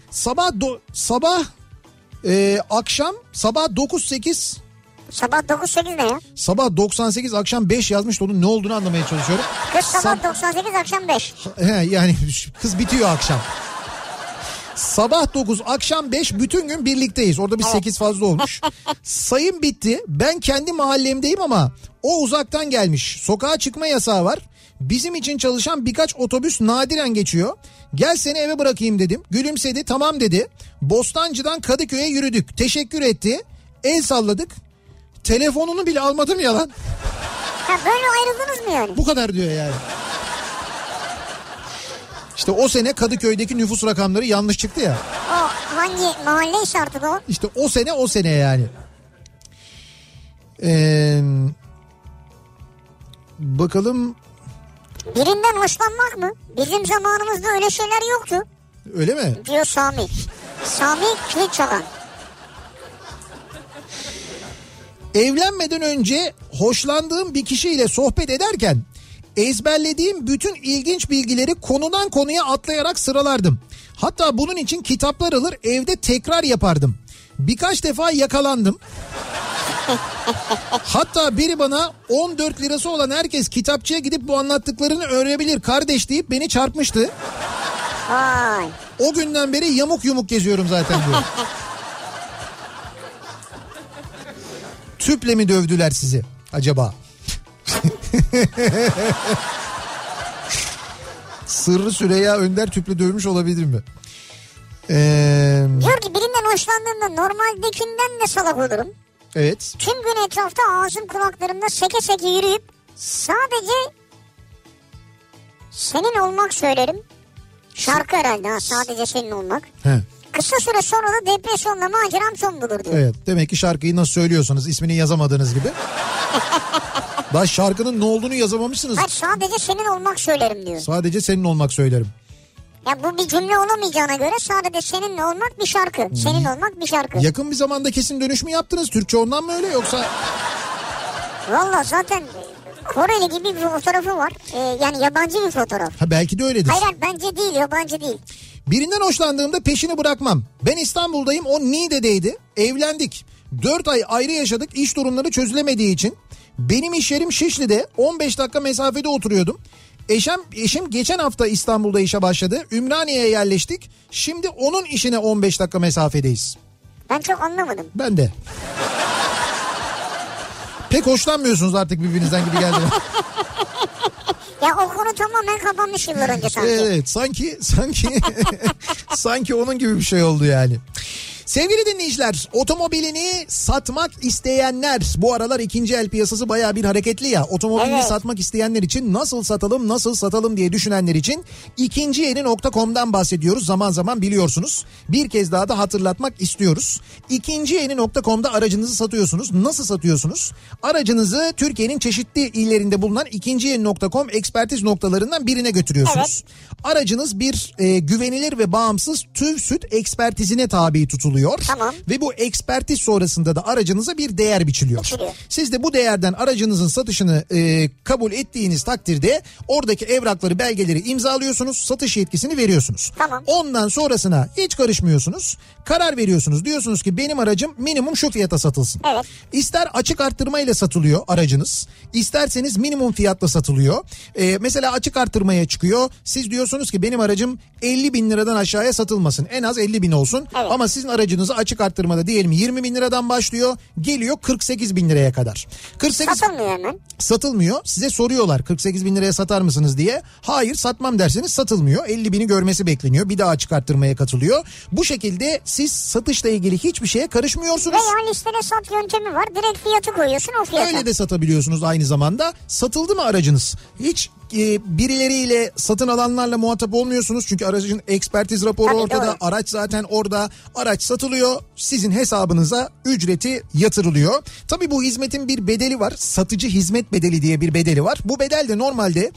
akşam sabah 9-8. Sabah 9-8 ne ya? Sabah 98 akşam 5 yazmış, onun ne olduğunu anlamaya çalışıyorum. Kız sabah 98 akşam 5. Yani kız bitiyor akşam. Sabah 9 akşam 5 bütün gün birlikteyiz. Orada bir 8 fazla olmuş. Sayım bitti. Ben kendi mahallemdeyim ama o uzaktan gelmiş. Sokağa çıkma yasağı var. Bizim için çalışan birkaç otobüs nadiren geçiyor. Gel seni eve bırakayım dedim. Gülümsedi, tamam dedi. Bostancı'dan Kadıköy'e yürüdük. Teşekkür etti. El salladık. Telefonunu bile almadım ya lan. Böyle ayrıldınız mı yani? Bu kadar diyor yani. İşte o sene Kadıköy'deki nüfus rakamları yanlış çıktı ya. O hangi mahalleyse artık o. İşte o sene yani. Bakalım. Birinden hoşlanmak mı? Bizim zamanımızda öyle şeyler yoktu. Öyle mi? Diyor Sami. Sami kilit çalan. Evlenmeden önce hoşlandığım bir kişiyle sohbet ederken ezberlediğim bütün ilginç bilgileri konudan konuya atlayarak sıralardım. Hatta bunun için kitaplar alır evde tekrar yapardım. Birkaç defa yakalandım. Hatta biri bana 14 lirası olan herkes kitapçıya gidip bu anlattıklarını öğrenebilir kardeş deyip beni çarpmıştı. Vay. O günden beri yamuk yumuk geziyorum zaten diyor. Tüple mi dövdüler sizi acaba? Sırrı Süreyya Önder tüple dövmüş olabilir mi? Diyor ki birinden hoşlandığımda normaldekinden de salak olurum. Evet. Tüm gün etrafta ağzım kulaklarımda seke seke yürüyüp sadece senin olmak söylerim. Şarkı herhalde, sadece senin olmak. He. Kısa süre sonra da depresyonla maceram son bulur diyor. Evet, demek ki şarkıyı nasıl söylüyorsanız ismini yazamadığınız gibi. Daha şarkının ne olduğunu yazamamışsınız. Hayır, sadece senin olmak söylerim diyor. Sadece senin olmak söylerim. Ya bu bir cümle olamayacağına göre sadece seninle olmak bir şarkı. Senin olmak bir şarkı. Yakın bir zamanda kesin dönüş mü yaptınız? Türkçe ondan mı öyle yoksa? Valla zaten Koreli gibi bir fotoğrafı var. Yani yabancı bir fotoğraf. Ha belki de öyledir. Hayır bence değil, yabancı değil. Birinden hoşlandığımda peşini bırakmam. Ben İstanbul'dayım, o Niğde'deydi. Evlendik. 4 ay ayrı yaşadık, iş durumları çözülemediği için. Benim iş yerim Şişli'de, 15 dakika mesafede oturuyordum. Eşim geçen hafta İstanbul'da işe başladı. Ümraniye'ye yerleştik. Şimdi onun işine 15 dakika mesafedeyiz. Ben çok anlamadım. Ben de. Pek hoşlanmıyorsunuz artık birbirinizden gibi geldi. Ya o konu tamamen kapanmış yıllar önce sanki. Evet sanki onun gibi bir şey oldu yani. Sevgili dinleyiciler, otomobilini satmak isteyenler, bu aralar ikinci el piyasası bayağı bir hareketli ya. Otomobilini satmak isteyenler için nasıl satalım diye düşünenler için ikinciyeni.com'dan bahsediyoruz. Zaman zaman biliyorsunuz. Bir kez daha da hatırlatmak istiyoruz. İkinciyeni.com'da aracınızı satıyorsunuz. Nasıl satıyorsunuz? Aracınızı Türkiye'nin çeşitli illerinde bulunan ikinciyeni.com ekspertiz noktalarından birine götürüyorsunuz. Evet. Aracınız bir güvenilir ve bağımsız TÜV SÜD ekspertizine tabi tutuluyor. Tamam. Ve bu ekspertiz sonrasında da aracınıza bir değer biçiliyor. Siz de bu değerden aracınızın satışını kabul ettiğiniz takdirde oradaki evrakları, belgeleri imzalıyorsunuz. Satış yetkisini veriyorsunuz. Tamam. Ondan sonrasına hiç karışmıyorsunuz. Karar veriyorsunuz. Diyorsunuz ki benim aracım minimum şu fiyata satılsın. Evet. İster açık arttırmayla satılıyor aracınız. İsterseniz minimum fiyatla satılıyor. Mesela açık arttırmaya çıkıyor. Siz diyorsunuz ki benim aracım 50 bin liradan aşağıya satılmasın. En az 50 bin olsun. Evet. Ama sizin aracınızı açık arttırmada diyelim 20 bin liradan başlıyor. Geliyor 48 bin liraya kadar. Satılmıyor hemen. Satılmıyor. Size soruyorlar 48 bin liraya satar mısınız diye. Hayır, satmam derseniz satılmıyor. 50 bini görmesi bekleniyor. Bir daha açık arttırmaya katılıyor. Bu şekilde siz satışla ilgili hiçbir şeye karışmıyorsunuz. Veya listede sat yöntemi var. Direkt fiyatı koyuyorsun, o fiyata. Öyle de satabiliyorsunuz aynı zamanda. Satıldı mı aracınız? Hiç birileriyle, satın alanlarla muhatap olmuyorsunuz. Çünkü aracın ekspertiz raporu tabii, ortada. Doğru. Araç zaten orada. Araç satılıyor. Sizin hesabınıza ücreti yatırılıyor. Tabii bu hizmetin bir bedeli var. Satıcı hizmet bedeli diye bir bedeli var. Bu bedel de normalde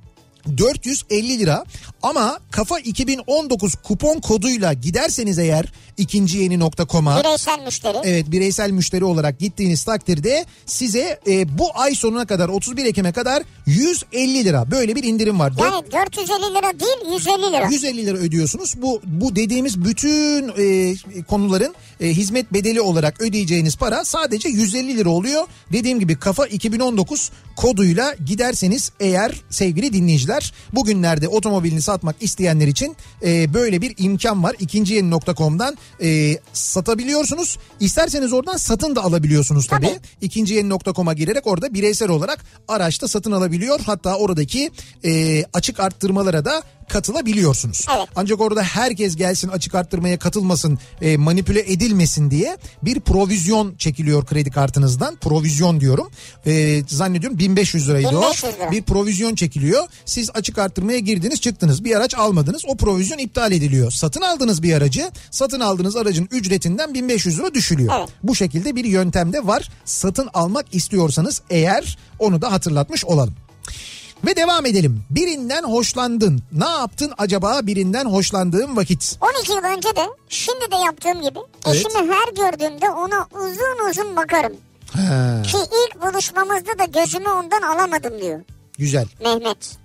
450 lira ama Kafa 2019 kupon koduyla giderseniz eğer ikinciyeni.com'a bireysel müşteri. Evet, bireysel müşteri olarak gittiğiniz takdirde size bu ay sonuna kadar 31 Ekim'e kadar 150 lira böyle bir indirim var. Yani 450 lira değil 150 lira. 150 lira ödüyorsunuz. Bu dediğimiz bütün konuların hizmet bedeli olarak ödeyeceğiniz para sadece 150 lira oluyor. Dediğim gibi Kafa 2019 koduyla giderseniz eğer sevgili dinleyiciler, bugünlerde otomobilini satmak isteyenler için böyle bir imkan var. İkinciyeni.com'dan satabiliyorsunuz. İsterseniz oradan satın da alabiliyorsunuz tabii. İkinciyeni.com'a girerek orada bireysel olarak araçta satın alabiliyor. Hatta oradaki açık arttırmalara da katılabiliyorsunuz. Evet. Ancak orada herkes gelsin açık arttırmaya katılmasın, manipüle edilmesin diye bir provizyon çekiliyor kredi kartınızdan. Provizyon diyorum. Zannediyorum 1500 liraydı 1500 o. lira. Bir provizyon çekiliyor. Siz açık arttırmaya girdiniz, çıktınız. Bir araç almadınız. O provizyon iptal ediliyor. Satın aldığınız bir aracı, satın aldığınız aracın ücretinden 1500 lira düşülüyor. Evet. Bu şekilde bir yöntem de var. Satın almak istiyorsanız eğer, onu da hatırlatmış olalım. Ve devam edelim. Birinden hoşlandın. Ne yaptın acaba birinden hoşlandığın vakit? 12 yıl önce de şimdi de yaptığım gibi eşimi her gördüğümde ona uzun uzun bakarım. Ki ilk buluşmamızda da gözümü ondan alamadım diyor. Güzel. Mehmet.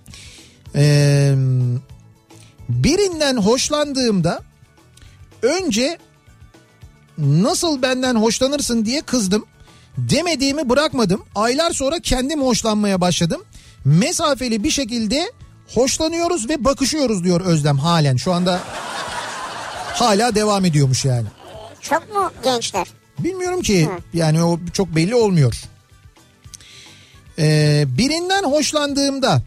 Birinden hoşlandığımda önce nasıl benden hoşlanırsın diye kızdım. Demediğimi bırakmadım. Aylar sonra kendim hoşlanmaya başladım. Mesafeli bir şekilde hoşlanıyoruz ve bakışıyoruz diyor Özlem halen. Şu anda hala devam ediyormuş yani. Çok mu gençler? Bilmiyorum ki. Yani o çok belli olmuyor. Birinden hoşlandığımda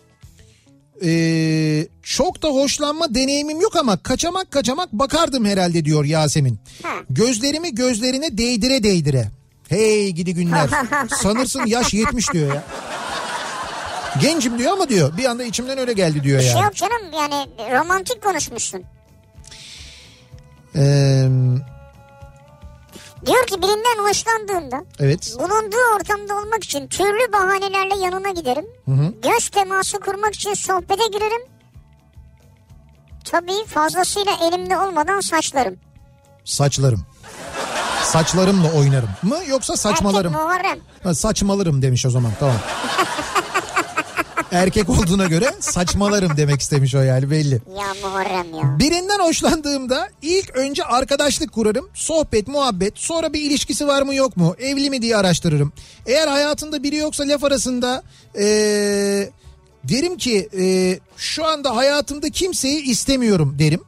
çok da hoşlanma deneyimim yok ama kaçamak bakardım herhalde diyor Yasemin. Gözlerimi gözlerine değdire değdire. Hey gidi günler. Sanırsın yaş 70 diyor ya. Gencim diyor ama diyor bir anda içimden öyle geldi diyor ya. Yok canım, yani romantik konuşmuşsun. Diyor ki birinden hoşlandığımda bulunduğu ortamda olmak için türlü bahanelerle yanına giderim. Göz teması kurmak için sohbete girerim. Tabii fazlasıyla elimde olmadan saçlarım. Saçlarım. Saçlarımla oynarım mı yoksa saçmalarım? Erkek Muharrem. Ha, saçmalarım demiş o zaman, tamam. Erkek olduğuna göre saçmalarım demek istemiş o, yani belli. Ya Muharrem ya. Birinden hoşlandığımda ilk önce arkadaşlık kurarım. Sohbet, muhabbet, sonra bir ilişkisi var mı yok mu, evli mi diye araştırırım. Eğer hayatında biri yoksa laf arasında derim ki şu anda hayatımda kimseyi istemiyorum derim.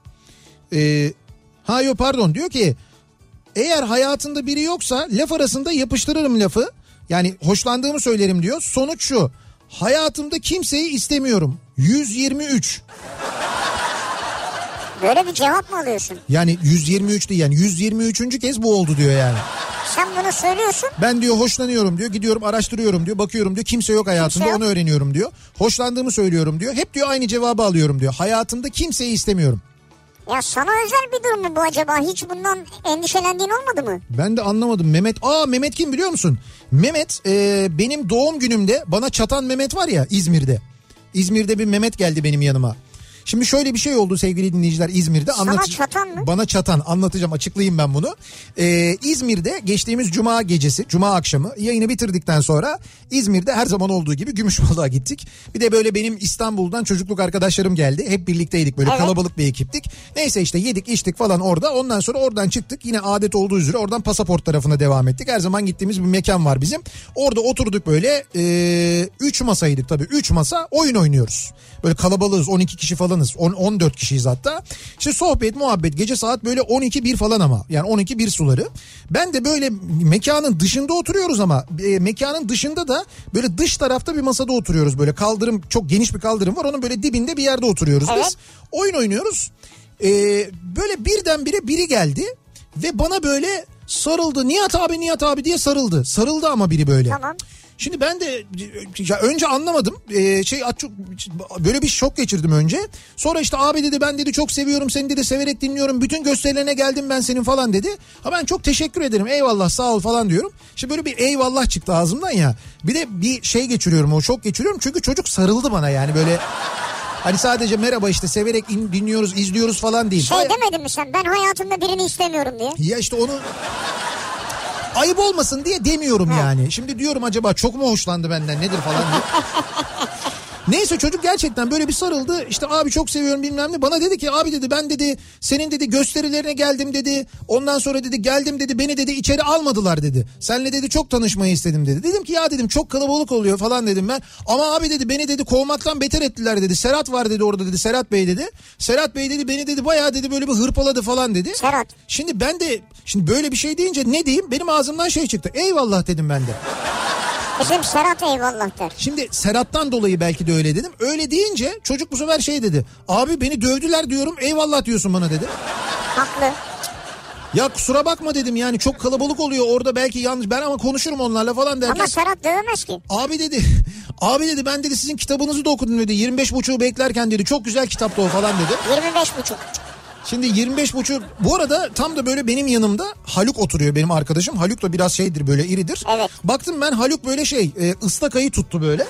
Diyor ki eğer hayatında biri yoksa laf arasında yapıştırırım lafı. Yani hoşlandığımı söylerim diyor. Sonuç şu: hayatımda kimseyi istemiyorum. 123. Böyle bir cevap mı alıyorsun? Yani 123 değil, yani 123. kez bu oldu diyor yani. Sen bunu söylüyorsun. Ben diyor hoşlanıyorum diyor, gidiyorum araştırıyorum diyor, bakıyorum diyor, kimse yok hayatımda, onu öğreniyorum diyor. Hoşlandığımı söylüyorum diyor, hep diyor aynı cevabı alıyorum diyor. Hayatımda kimseyi istemiyorum. Ya sana özel bir durum mu bu acaba? Hiç bundan endişelendiğin olmadı mı? Ben de anlamadım. Mehmet kim biliyor musun? Mehmet benim doğum günümde bana çatan Mehmet var ya, İzmir'de. İzmir'de bir Mehmet geldi benim yanıma. Şimdi şöyle bir şey oldu sevgili dinleyiciler İzmir'de. Sana çatan mı? Bana çatan, anlatacağım, açıklayayım ben bunu. İzmir'de geçtiğimiz cuma akşamı yayını bitirdikten sonra İzmir'de her zaman olduğu gibi Gümüşbalık'a gittik. Bir de böyle benim İstanbul'dan çocukluk arkadaşlarım geldi. Hep birlikteydik, böyle kalabalık bir ekiptik. Neyse işte yedik içtik falan orada. Ondan sonra oradan çıktık, yine adet olduğu üzere oradan Pasaport tarafına devam ettik. Her zaman gittiğimiz bir mekan var bizim. Orada oturduk böyle 3 masaydık tabii. 3 masa oyun oynuyoruz. Böyle kalabalığız, 12 kişi falanız. 14 kişiyiz hatta. İşte sohbet, muhabbet, gece saat böyle 12-1 falan ama. Yani 12-1 suları. Ben de böyle mekanın dışında oturuyoruz ama mekanın dışında da böyle dış tarafta bir masada oturuyoruz. Böyle kaldırım, çok geniş bir kaldırım var. Onun böyle dibinde bir yerde oturuyoruz biz. Oyun oynuyoruz. Böyle birdenbire biri geldi ve bana böyle sarıldı. Nihat abi diye sarıldı. Sarıldı ama biri böyle. Tamam. Şimdi ben de önce anlamadım. Böyle bir şok geçirdim önce. Sonra işte abi dedi, ben dedi çok seviyorum seni dedi, severek dinliyorum. Bütün gösterilerine geldim ben senin falan dedi. Ha ben çok teşekkür ederim, eyvallah sağ ol falan diyorum. Şimdi böyle bir eyvallah çıktı ağzımdan ya. Bir de bir şey geçiriyorum, o şok geçiriyorum. Çünkü çocuk sarıldı bana, yani böyle... Hani sadece merhaba işte severek dinliyoruz, izliyoruz falan değil. Demedin mi sen, ben hayatımda birini istemiyorum diye? Ya işte onu... Ayıp olmasın diye demiyorum yani. Şimdi diyorum acaba çok mu hoşlandı benden, nedir falan diye. Neyse çocuk gerçekten böyle bir sarıldı. İşte abi çok seviyorum bilmem ne. Bana dedi ki abi dedi, ben dedi senin dedi gösterilerine geldim dedi. Ondan sonra dedi geldim dedi, beni dedi içeri almadılar dedi. Seninle dedi çok tanışmayı istedim dedi. Dedim ki ya dedim çok kalabalık oluyor falan dedim ben. Ama abi dedi beni dedi kovmaktan beter ettiler dedi. Serhat var dedi orada dedi, Serhat Bey dedi. Serhat Bey dedi beni dedi bayağı dedi böyle bir hırpaladı falan dedi. Serhat. Şimdi ben de böyle bir şey deyince ne diyeyim, benim ağzımdan şey çıktı. Eyvallah dedim ben de. Bizim Serhat eyvallah der. Şimdi Serhat'tan dolayı belki de öyle dedim. Öyle deyince çocuk bu sefer şey dedi. Abi beni dövdüler diyorum, eyvallah diyorsun bana dedi. Haklı. Ya kusura bakma dedim, yani çok kalabalık oluyor orada, belki yanlış, ben ama konuşurum onlarla falan derken. Ama Serhat dövemez ki. Abi dedi ben dedi sizin kitabınızı da okudum dedi. 25.5'u beklerken dedi, çok güzel kitaptı o falan dedi. 25.5. Şimdi 25.5, bu arada tam da böyle benim yanımda Haluk oturuyor, benim arkadaşım. Haluk da biraz şeydir, böyle iridir. Evet. Baktım ben Haluk böyle ıslakayı tuttu böyle.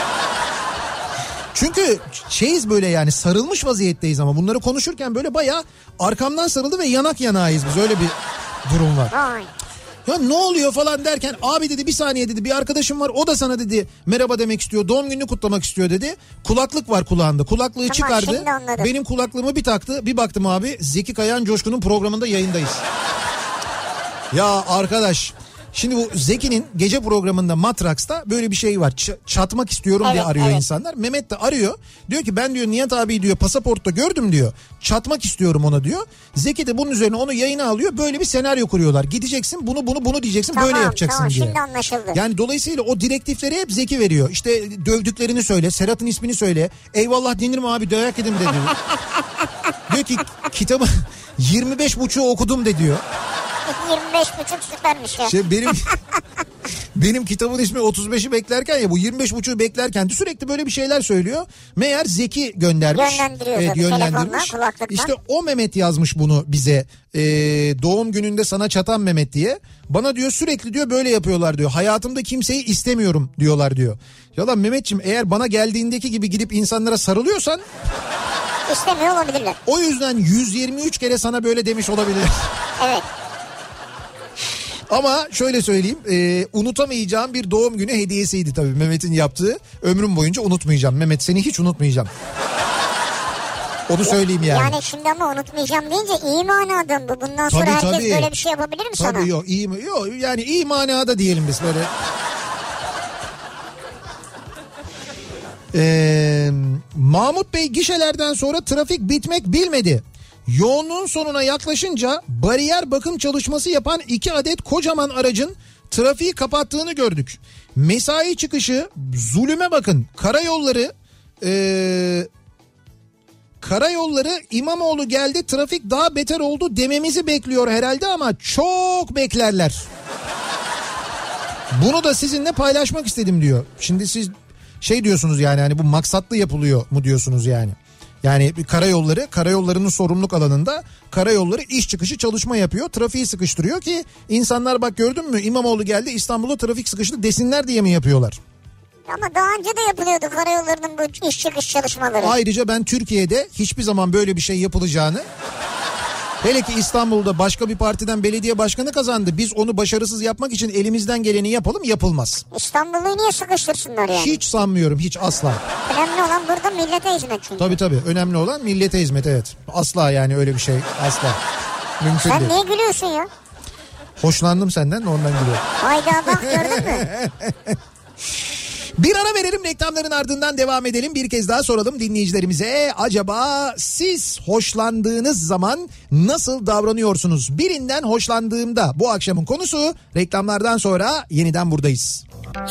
Çünkü şeyiz böyle, yani sarılmış vaziyetteyiz ama bunları konuşurken böyle bayağı arkamdan sarıldı ve yanak yanağıyız biz, öyle bir durum var. Vay. Ya ne oluyor falan derken abi dedi bir saniye dedi, bir arkadaşım var, o da sana dedi merhaba demek istiyor, doğum gününü kutlamak istiyor dedi. Kulaklık var kulağında, kulaklığı çıkardı, benim kulaklığımı bir taktı, bir baktım abi Zeki Kayan Coşkun'un programında yayındayız. Ya arkadaş, şimdi bu Zeki'nin gece programında Matraks'ta böyle bir şey var. Çatmak istiyorum diye arıyor insanlar. Mehmet de arıyor. Diyor ki ben diyor Nihat abi diyor Pasaport'ta gördüm diyor. Çatmak istiyorum ona diyor. Zeki de bunun üzerine onu yayına alıyor. Böyle bir senaryo kuruyorlar. Gideceksin bunu diyeceksin, böyle yapacaksın diye. Şimdi anlaşıldı. Yani dolayısıyla o direktifleri hep Zeki veriyor. İşte dövdüklerini söyle, Serhat'ın ismini söyle. Eyvallah denir mi abi, dayak yedim de diyor. Diyor ki kitabı 25.5'u okudum de diyor. 25.5 süpermiş ya. Benim kitabın ismi 35'i beklerken ya, bu 25.5'u beklerken de sürekli böyle bir şeyler söylüyor. Meğer Zeki göndermiş. Evet, yönlendirmiş. İşte o Mehmet yazmış bunu bize. Doğum gününde sana çatan Mehmet diye. Bana diyor sürekli diyor böyle yapıyorlar diyor. Hayatımda kimseyi istemiyorum diyorlar diyor. Ya lan Mehmetciğim, eğer bana geldiğindeki gibi gidip insanlara sarılıyorsan İstemiyor olabilirler. O yüzden 123 kere sana böyle demiş olabilirler. Evet. Ama şöyle söyleyeyim, unutamayacağım bir doğum günü hediyesiydi tabii Mehmet'in yaptığı. Ömrüm boyunca unutmayacağım. Mehmet, seni hiç unutmayacağım. Onu söyleyeyim yani. Yani şimdi ama unutmayacağım deyince iyi manada mı? Bundan sonra herkes böyle bir şey yapabilir mi sana? Tabii yok yani iyi manada diyelim biz böyle. Mahmut Bey, gişelerden sonra trafik bitmek bilmedi. Yoğunluğun sonuna yaklaşınca bariyer bakım çalışması yapan 2 adet kocaman aracın trafiği kapattığını gördük. Mesai çıkışı zulüme bakın. Karayolları İmamoğlu geldi, trafik daha beter oldu dememizi bekliyor herhalde ama çok beklerler. Bunu da sizinle paylaşmak istedim diyor. Şimdi siz şey diyorsunuz yani, hani bu maksatlı yapılıyor mu diyorsunuz yani. Yani karayollarının sorumluluk alanında karayolları iş çıkışı çalışma yapıyor. Trafiği sıkıştırıyor ki insanlar bak gördün mü İmamoğlu geldi İstanbul'da trafik sıkıştı desinler diye mi yapıyorlar? Ama daha önce de yapılıyordu karayollarının bu iş çıkış çalışmaları. Ayrıca ben Türkiye'de hiçbir zaman böyle bir şey yapılacağını, hele ki İstanbul'da başka bir partiden belediye başkanı kazandı, biz onu başarısız yapmak için elimizden geleni yapalım, yapılmaz. İstanbul'u niye sıkıştırsınlar yani? Hiç sanmıyorum, hiç, asla. Önemli olan burada millete hizmet çünkü. Tabii önemli olan millete hizmet, evet. Asla yani öyle bir şey asla. Mümkün Sen değil. niye gülüyorsun ya? Hoşlandım senden de ondan gülüyorum. Hayda bak gördün mü? Bir ara verelim, reklamların ardından devam edelim. Bir kez daha soralım dinleyicilerimize. Acaba siz hoşlandığınız zaman nasıl davranıyorsunuz? Birinden hoşlandığımda, bu akşamın konusu. Reklamlardan sonra yeniden buradayız.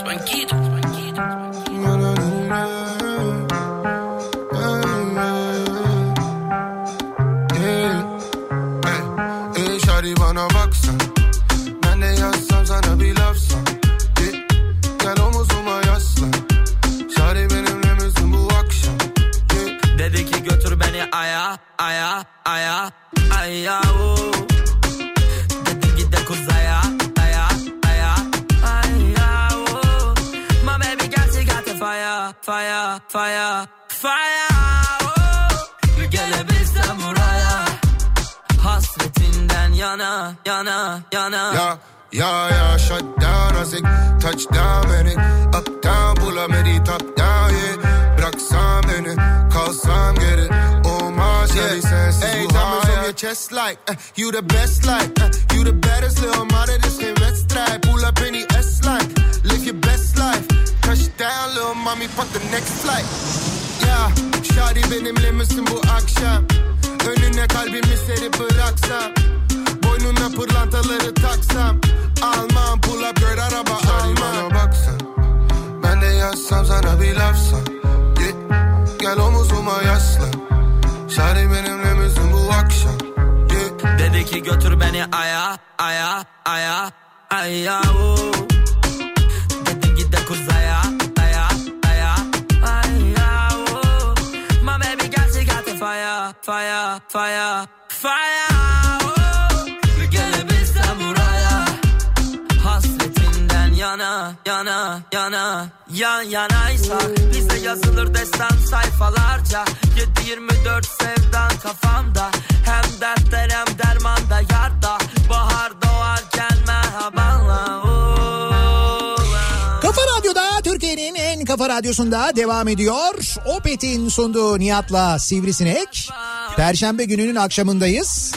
Bana baksan, ben de yazsam sana bir lafsan. Gel omuzuma yaslan. Şari benimle misin bu akşam? Dedi ki götür beni aya, aya, aya, aya. Dedim git de kuzaya, aya, aya, aya. My baby got you got the fire, fire, fire, fire. Gelebilsem buraya, hasretinden yana, yana, yana. Yeah, shut down, I say, touchdown, beni. Uptown, pull up, beni, top down, yeah. Bıraksam beni, kalsam geri. Olmaz, yeah, sensiz bu hayat. On your chest like, you the best like, you the baddest little mother, this game, let's try. Pull up any S-line, live your best life. Touchdown, little mommy, fuck the next flight. Yeah, şari benimle misin bu akşam? Önüne kalbimi serip bıraksam. Boynuna pırlantaları taksam. Almam pull up girl, araba almam. Bana baksan, ben de yazsam sana bir lafsan. Gel omuzuma yaslan. Şari benimle misin bu akşam? Dedi ki götür beni aya, aya, aya, aya. Dedim git de kuzaya, aya, aya, aya. My baby got you got the fire, fire, fire, fire. Yana, yana, yana, yan yanaysak bize yazılır destan sayfalarca. 7-24 sevdan kafamda, hem dertler hem dermanda yarda. Bahar doğarken merhabanla. Kafa Radyo'da, Türkiye'nin en kafa radyosunda devam ediyor. Opet'in sunduğu Nihat'la Sivrisinek. Perşembe gününün akşamındayız.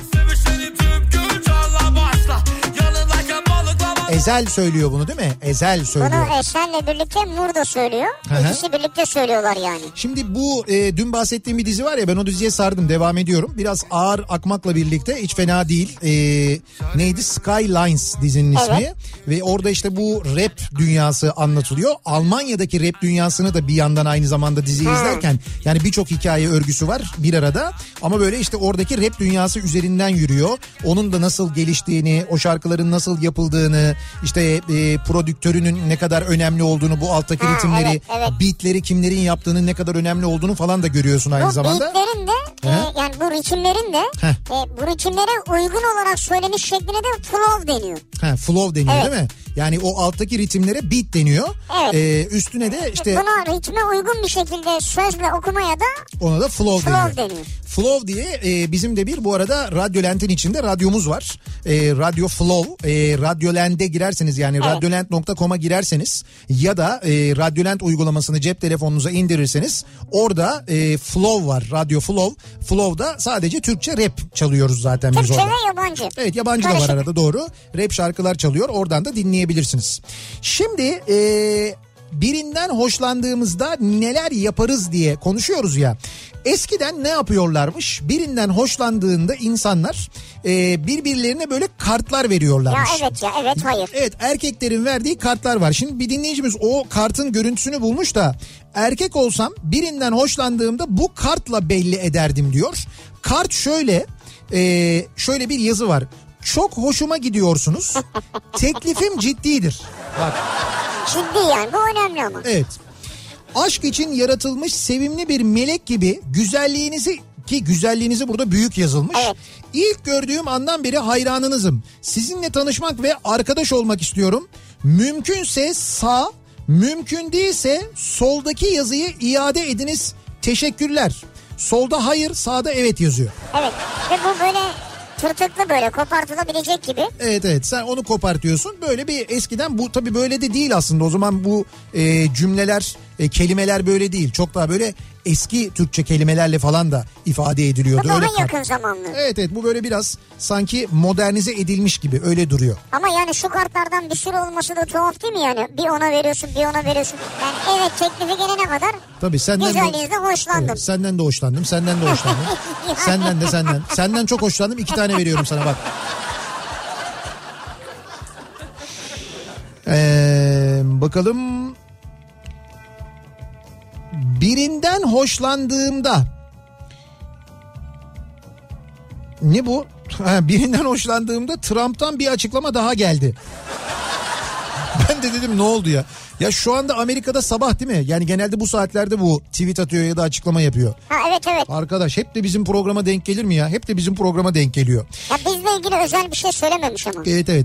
Ezel söylüyor bunu değil mi? Ezel söylüyor. Bunu Esen'le birlikte Murda söylüyor. İkisi birlikte söylüyorlar yani. Şimdi bu dün bahsettiğim bir dizi var ya, ben o diziye sardım, devam ediyorum. Biraz ağır akmakla birlikte, hiç fena değil. Neydi? Skylines dizinin ismi. Evet. Ve orada işte bu rap dünyası anlatılıyor. Almanya'daki rap dünyasını da bir yandan aynı zamanda diziyi izlerken, yani birçok hikaye örgüsü var bir arada. Ama böyle işte oradaki rap dünyası üzerinden yürüyor. Onun da nasıl geliştiğini, o şarkıların nasıl yapıldığını, işte prodüktörünün ne kadar önemli olduğunu, bu alttaki ritimleri, beatleri kimlerin yaptığının ne kadar önemli olduğunu falan da görüyorsun aynı zamanda. Bu beatlerin de yani bu ritimlerin de bu ritimlere uygun olarak söyleniş şekline de flow deniyor. Flow deniyor değil mi? Yani o alttaki ritimlere beat deniyor. Evet. Üstüne de işte... Buna ritme uygun bir şekilde sözle okumaya da ona da flow deniyor. deniyor. Flow diye bizim de bir bu arada Radyolent'in içinde radyomuz var. Radyo Flow. Radyolent'e girerseniz yani evet. Radyolent.com'a girerseniz ya da Radyolent uygulamasını cep telefonunuza indirirseniz orada Flow var. Radyo Flow. Flow'da sadece Türkçe rap çalıyoruz zaten biz orada. Türkçe ve yabancı. Evet, yabancı da var arada, doğru. Rap şarkılar çalıyor. Oradan da dinleyebilirsiniz. Şimdi birinden hoşlandığımızda neler yaparız diye konuşuyoruz ya. Eskiden ne yapıyorlarmış? Birinden hoşlandığında insanlar birbirlerine böyle kartlar veriyorlarmış. Ya evet hayır. Evet, erkeklerin verdiği kartlar var. Şimdi bir dinleyicimiz o kartın görüntüsünü bulmuş da erkek olsam birinden hoşlandığımda bu kartla belli ederdim diyor. Kart şöyle bir yazı var. Çok hoşuma gidiyorsunuz. Teklifim ciddidir. Bak. Ciddi yani, bu önemli ama. Evet. Aşk için yaratılmış sevimli bir melek gibi güzelliğinizi burada büyük yazılmış. Evet. İlk gördüğüm andan beri hayranınızım. Sizinle tanışmak ve arkadaş olmak istiyorum. Mümkünse sağ, mümkün değilse soldaki yazıyı iade ediniz. Teşekkürler. Solda hayır, sağda evet yazıyor. Evet ve bu böyle tırtıklı, böyle kopartılabilecek gibi. Evet sen onu kopartıyorsun. Böyle bir eskiden, bu tabii böyle de değil aslında. O zaman bu cümleler, kelimeler böyle değil. Çok daha böyle eski Türkçe kelimelerle falan da ifade ediliyordu. Bu daha öyle yakın zamanlı. Evet bu böyle biraz sanki modernize edilmiş gibi öyle duruyor. Ama yani şu kartlardan bir sürü olması da tuhaf değil mi yani? Bir ona veriyorsun, bir ona veriyorsun. Yani evet, teklifi gelene kadar tabii güzelliğinizden hoşlandım. Evet, senden de hoşlandım, senden de hoşlandım. Senden de senden. Senden çok hoşlandım, 2 tane veriyorum sana bak. Bakalım. Birinden hoşlandığımda ne bu? Birinden hoşlandığımda Trump'tan bir açıklama daha geldi. Ben de dedim ne oldu ya? Ya şu anda Amerika'da sabah değil mi? Yani genelde bu saatlerde bu tweet atıyor ya da açıklama yapıyor. Ha evet. Arkadaş hep de bizim programa denk gelir mi ya? Hep de bizim programa denk geliyor. Ya bizle ilgili özel bir şey söylememiş ama. Evet.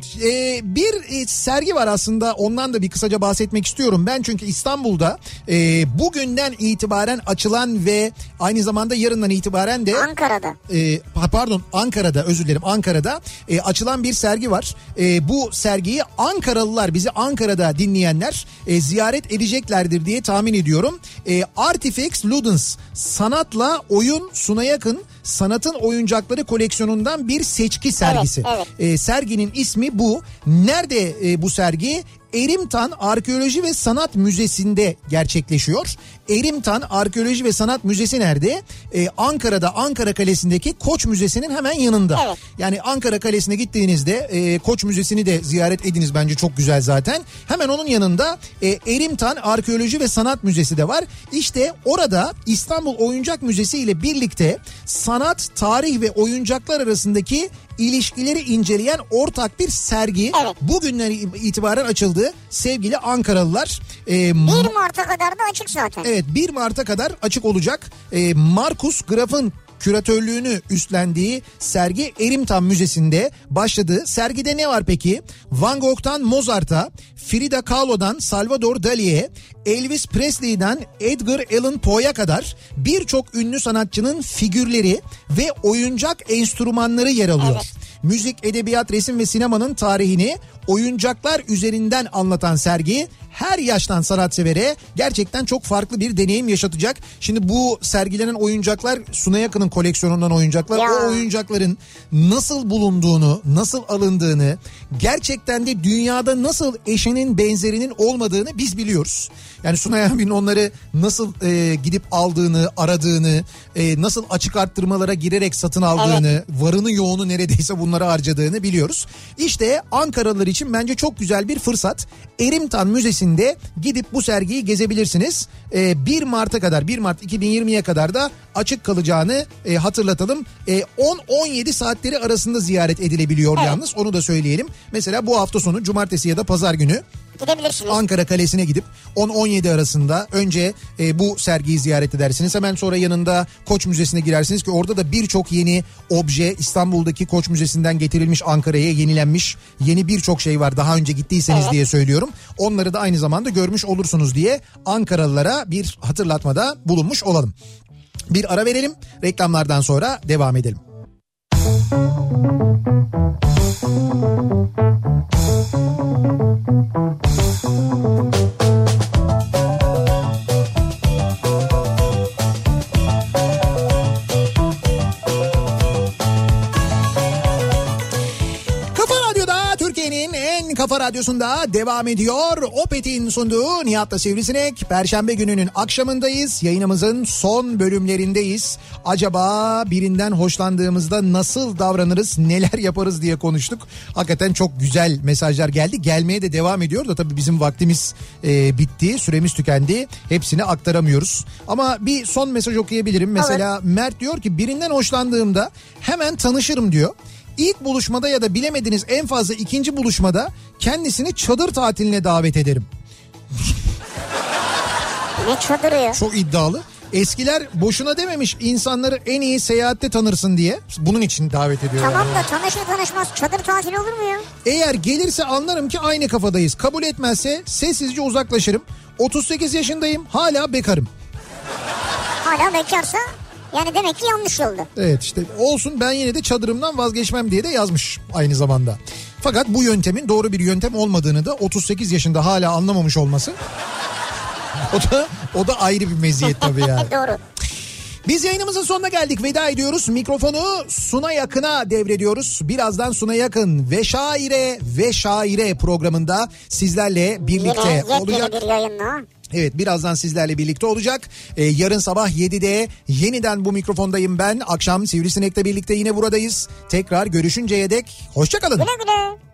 Bir sergi var aslında, ondan da bir kısaca bahsetmek istiyorum. Ben çünkü İstanbul'da bugünden itibaren açılan ve aynı zamanda yarından itibaren de... Ankara'da. Ankara'da, özür dilerim, Ankara'da açılan bir sergi var. Bu sergiyi Ankaralılar, bizi Ankara'da dinleyenler ziyaret edeceklerdir diye tahmin ediyorum. Artifacts Ludens, sanatla oyun suna yakın sanatın oyuncakları koleksiyonundan bir seçki sergisi. Evet. Serginin ismi bu. Nerede bu sergi? Erimtan Arkeoloji ve Sanat Müzesi'nde gerçekleşiyor. Erimtan Arkeoloji ve Sanat Müzesi nerede? Ankara'da, Ankara Kalesi'ndeki Koç Müzesi'nin hemen yanında. Evet. Yani Ankara Kalesi'ne gittiğinizde Koç Müzesi'ni de ziyaret ediniz, bence çok güzel zaten. Hemen onun yanında Erimtan Arkeoloji ve Sanat Müzesi de var. İşte orada İstanbul Oyuncak Müzesi ile birlikte sanat, tarih ve oyuncaklar arasındaki ilişkileri inceleyen ortak bir sergi. Evet. Bugünden itibaren açıldı sevgili Ankaralılar. 1 Mart'a kadar da açık zaten. Evet, 1 Mart'a kadar açık olacak. Markus Graf'ın küratörlüğünü üstlendiği sergi Erimtan Müzesi'nde başladı. Sergide ne var peki? Van Gogh'tan Mozart'a, Frida Kahlo'dan Salvador Dali'ye, Elvis Presley'den Edgar Allan Poe'ya kadar birçok ünlü sanatçının figürleri ve oyuncak enstrümanları yer alıyor. Evet. Müzik, edebiyat, resim ve sinemanın tarihini oyuncaklar üzerinden anlatan sergi her yaştan sanatsevere gerçekten çok farklı bir deneyim yaşatacak. Şimdi bu sergilenen oyuncaklar, Suna Yakın'ın koleksiyonundan oyuncaklar. Ya. O oyuncakların nasıl bulunduğunu, nasıl alındığını, gerçekten de dünyada nasıl eşinin benzerinin olmadığını biz biliyoruz. Yani Suna Yakın'ın onları nasıl gidip aldığını, aradığını, nasıl açık arttırmalara girerek satın aldığını, evet, varını yoğunu neredeyse bunlara harcadığını biliyoruz. İşte Ankaralılar için bence çok güzel bir fırsat. Erimtan Müzesi'nde gidip bu sergiyi gezebilirsiniz. 1 Mart'a kadar, 1 Mart 2020'ye kadar da açık kalacağını hatırlatalım. 10-17 saatleri arasında ziyaret edilebiliyor, evet, yalnız onu da söyleyelim. Mesela bu hafta sonu cumartesi ya da pazar günü Gidebilirsiniz. Ankara Kalesi'ne gidip 10-17 arasında önce bu sergiyi ziyaret edersiniz. Hemen sonra yanında Koç Müzesi'ne girersiniz ki orada da birçok yeni obje, İstanbul'daki Koç Müzesi'nden getirilmiş Ankara'ya, yenilenmiş yeni birçok şey var. Daha önce gittiyseniz diye söylüyorum. Onları da aynı zamanda görmüş olursunuz diye Ankaralılara bir hatırlatmada bulunmuş olalım. Bir ara verelim. Reklamlardan sonra devam edelim. Kafa Radyosu'nda devam ediyor. Opet'in sunduğu Nihat'la Sivrisinek. Perşembe gününün akşamındayız. Yayınımızın son bölümlerindeyiz. Acaba birinden hoşlandığımızda nasıl davranırız, neler yaparız diye konuştuk. Hakikaten çok güzel mesajlar geldi. Gelmeye de devam ediyor da tabii bizim vaktimiz bitti, süremiz tükendi. Hepsini aktaramıyoruz. Ama bir son mesaj okuyabilirim. Mesela Mert diyor ki birinden hoşlandığımda hemen tanışırım diyor. İlk buluşmada ya da bilemediniz en fazla ikinci buluşmada kendisini çadır tatiline davet ederim. Ne çadırı ya? Çok iddialı. Eskiler boşuna dememiş insanları en iyi seyahatte tanırsın diye. Bunun için davet ediyorlar. Tamam da tanışır tanışmaz çadır tatili olur mu ya? Eğer gelirse anlarım ki aynı kafadayız. Kabul etmezse sessizce uzaklaşırım. 38 yaşındayım, hala bekarım. Hala bekarsa yani demek ki yanlış yolda. Evet işte olsun, ben yine de çadırımdan vazgeçmem diye de yazmış aynı zamanda. Fakat bu yöntemin doğru bir yöntem olmadığını da 38 yaşında hala anlamamış olması o da ayrı bir meziyet tabii yani. Doğru. Biz yayınımızın sonuna geldik, veda ediyoruz. Mikrofonu Suna Yakın'a devrediyoruz. Birazdan Suna Yakın ve Şaire programında sizlerle birlikte olacak. Yine bir yayınla. Evet, birazdan sizlerle birlikte olacak. Yarın sabah 7'de yeniden bu mikrofondayım ben. Akşam Sivrisinek'le birlikte yine buradayız. Tekrar görüşünceye dek hoşça kalın. Güle güle.